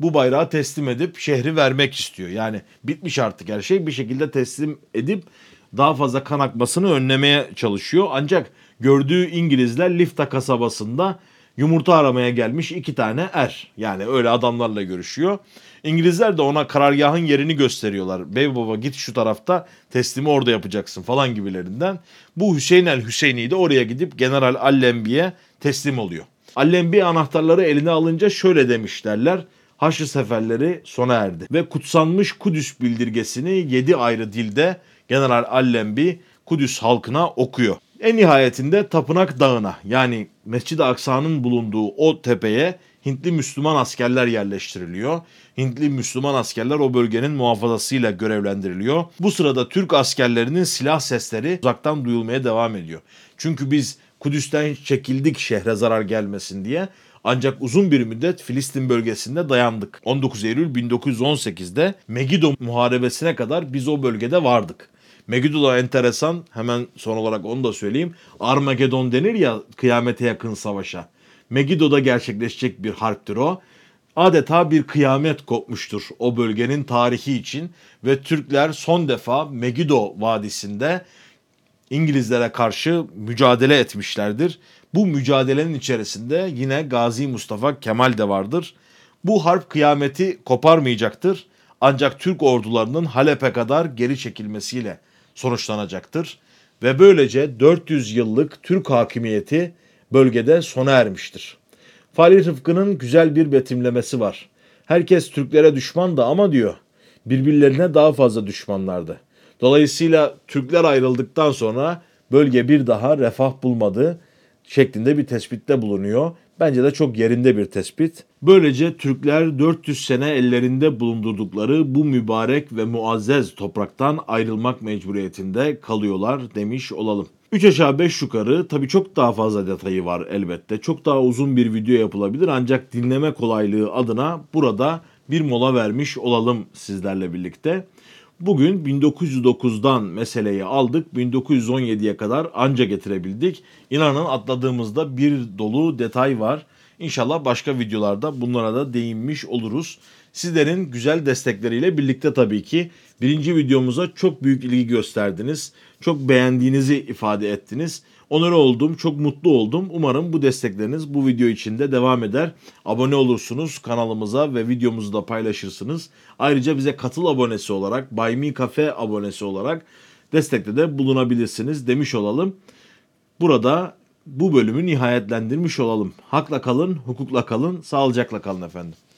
bu bayrağı teslim edip şehri vermek istiyor. Yani bitmiş artık her şey, bir şekilde teslim edip daha fazla kan akmasını önlemeye çalışıyor. Ancak gördüğü İngilizler Lifta kasabasında yumurta aramaya gelmiş iki tane er. Yani öyle adamlarla görüşüyor. İngilizler de ona karargahın yerini gösteriyorlar. Bey baba git şu tarafta, teslimi orada yapacaksın falan gibilerinden. Bu Hüseyin el Hüseyni de oraya gidip General Allenby'ye teslim oluyor. Allenby anahtarları eline alınca şöyle demişlerler: Haçlı seferleri sona erdi. Ve kutsanmış Kudüs bildirgesini yedi ayrı dilde General Allenby Kudüs halkına okuyor. En nihayetinde Tapınak Dağı'na, yani Mescid-i Aksa'nın bulunduğu o tepeye Hintli Müslüman askerler yerleştiriliyor. Hintli Müslüman askerler o bölgenin muhafazasıyla görevlendiriliyor. Bu sırada Türk askerlerinin silah sesleri uzaktan duyulmaya devam ediyor. Çünkü biz Kudüs'ten çekildik şehre zarar gelmesin diye. Ancak uzun bir müddet Filistin bölgesinde dayandık. on dokuz Eylül bin dokuz yüz on sekizde Megiddo Muharebesi'ne kadar biz o bölgede vardık. Megiddo da enteresan, hemen son olarak onu da söyleyeyim. Armagedon denir ya kıyamete yakın savaşa. Megiddo'da gerçekleşecek bir harptir o. Adeta bir kıyamet kopmuştur o bölgenin tarihi için ve Türkler son defa Megiddo Vadisi'nde İngilizlere karşı mücadele etmişlerdir. Bu mücadelenin içerisinde yine Gazi Mustafa Kemal de vardır. Bu harp kıyameti koparmayacaktır. Ancak Türk ordularının Halep'e kadar geri çekilmesiyle sonuçlanacaktır. Ve böylece dört yüz yıllık Türk hakimiyeti bölgede sona ermiştir. Fahri Rıfkı'nın güzel bir betimlemesi var. Herkes Türklere düşmandı ama diyor, birbirlerine daha fazla düşmanlardı. Dolayısıyla Türkler ayrıldıktan sonra bölge bir daha refah bulmadı şeklinde bir tespitte bulunuyor. Bence de çok yerinde bir tespit. Böylece Türkler dört yüz sene ellerinde bulundurdukları bu mübarek ve muazzez topraktan ayrılmak mecburiyetinde kalıyorlar demiş olalım. üç aşağı beş yukarı tabii çok daha fazla detayı var elbette. Çok daha uzun bir video yapılabilir ancak dinleme kolaylığı adına burada bir mola vermiş olalım sizlerle birlikte. Bugün bin dokuz yüz dokuzdan meseleyi aldık, bin dokuz yüz on yediye kadar anca getirebildik. İnanın atladığımızda bir dolu detay var. İnşallah başka videolarda bunlara da değinmiş oluruz. Sizlerin güzel destekleriyle birlikte tabii ki birinci videomuza çok büyük ilgi gösterdiniz. Çok beğendiğinizi ifade ettiniz. Onur oldum, çok mutlu oldum. Umarım bu destekleriniz bu video için de devam eder. Abone olursunuz kanalımıza ve videomuzu da paylaşırsınız. Ayrıca bize katıl abonesi olarak, Buy Me Cafe abonesi olarak destekte de bulunabilirsiniz demiş olalım. Burada bu bölümü nihayetlendirmiş olalım. Hakla kalın, hukukla kalın, sağlıcakla kalın efendim.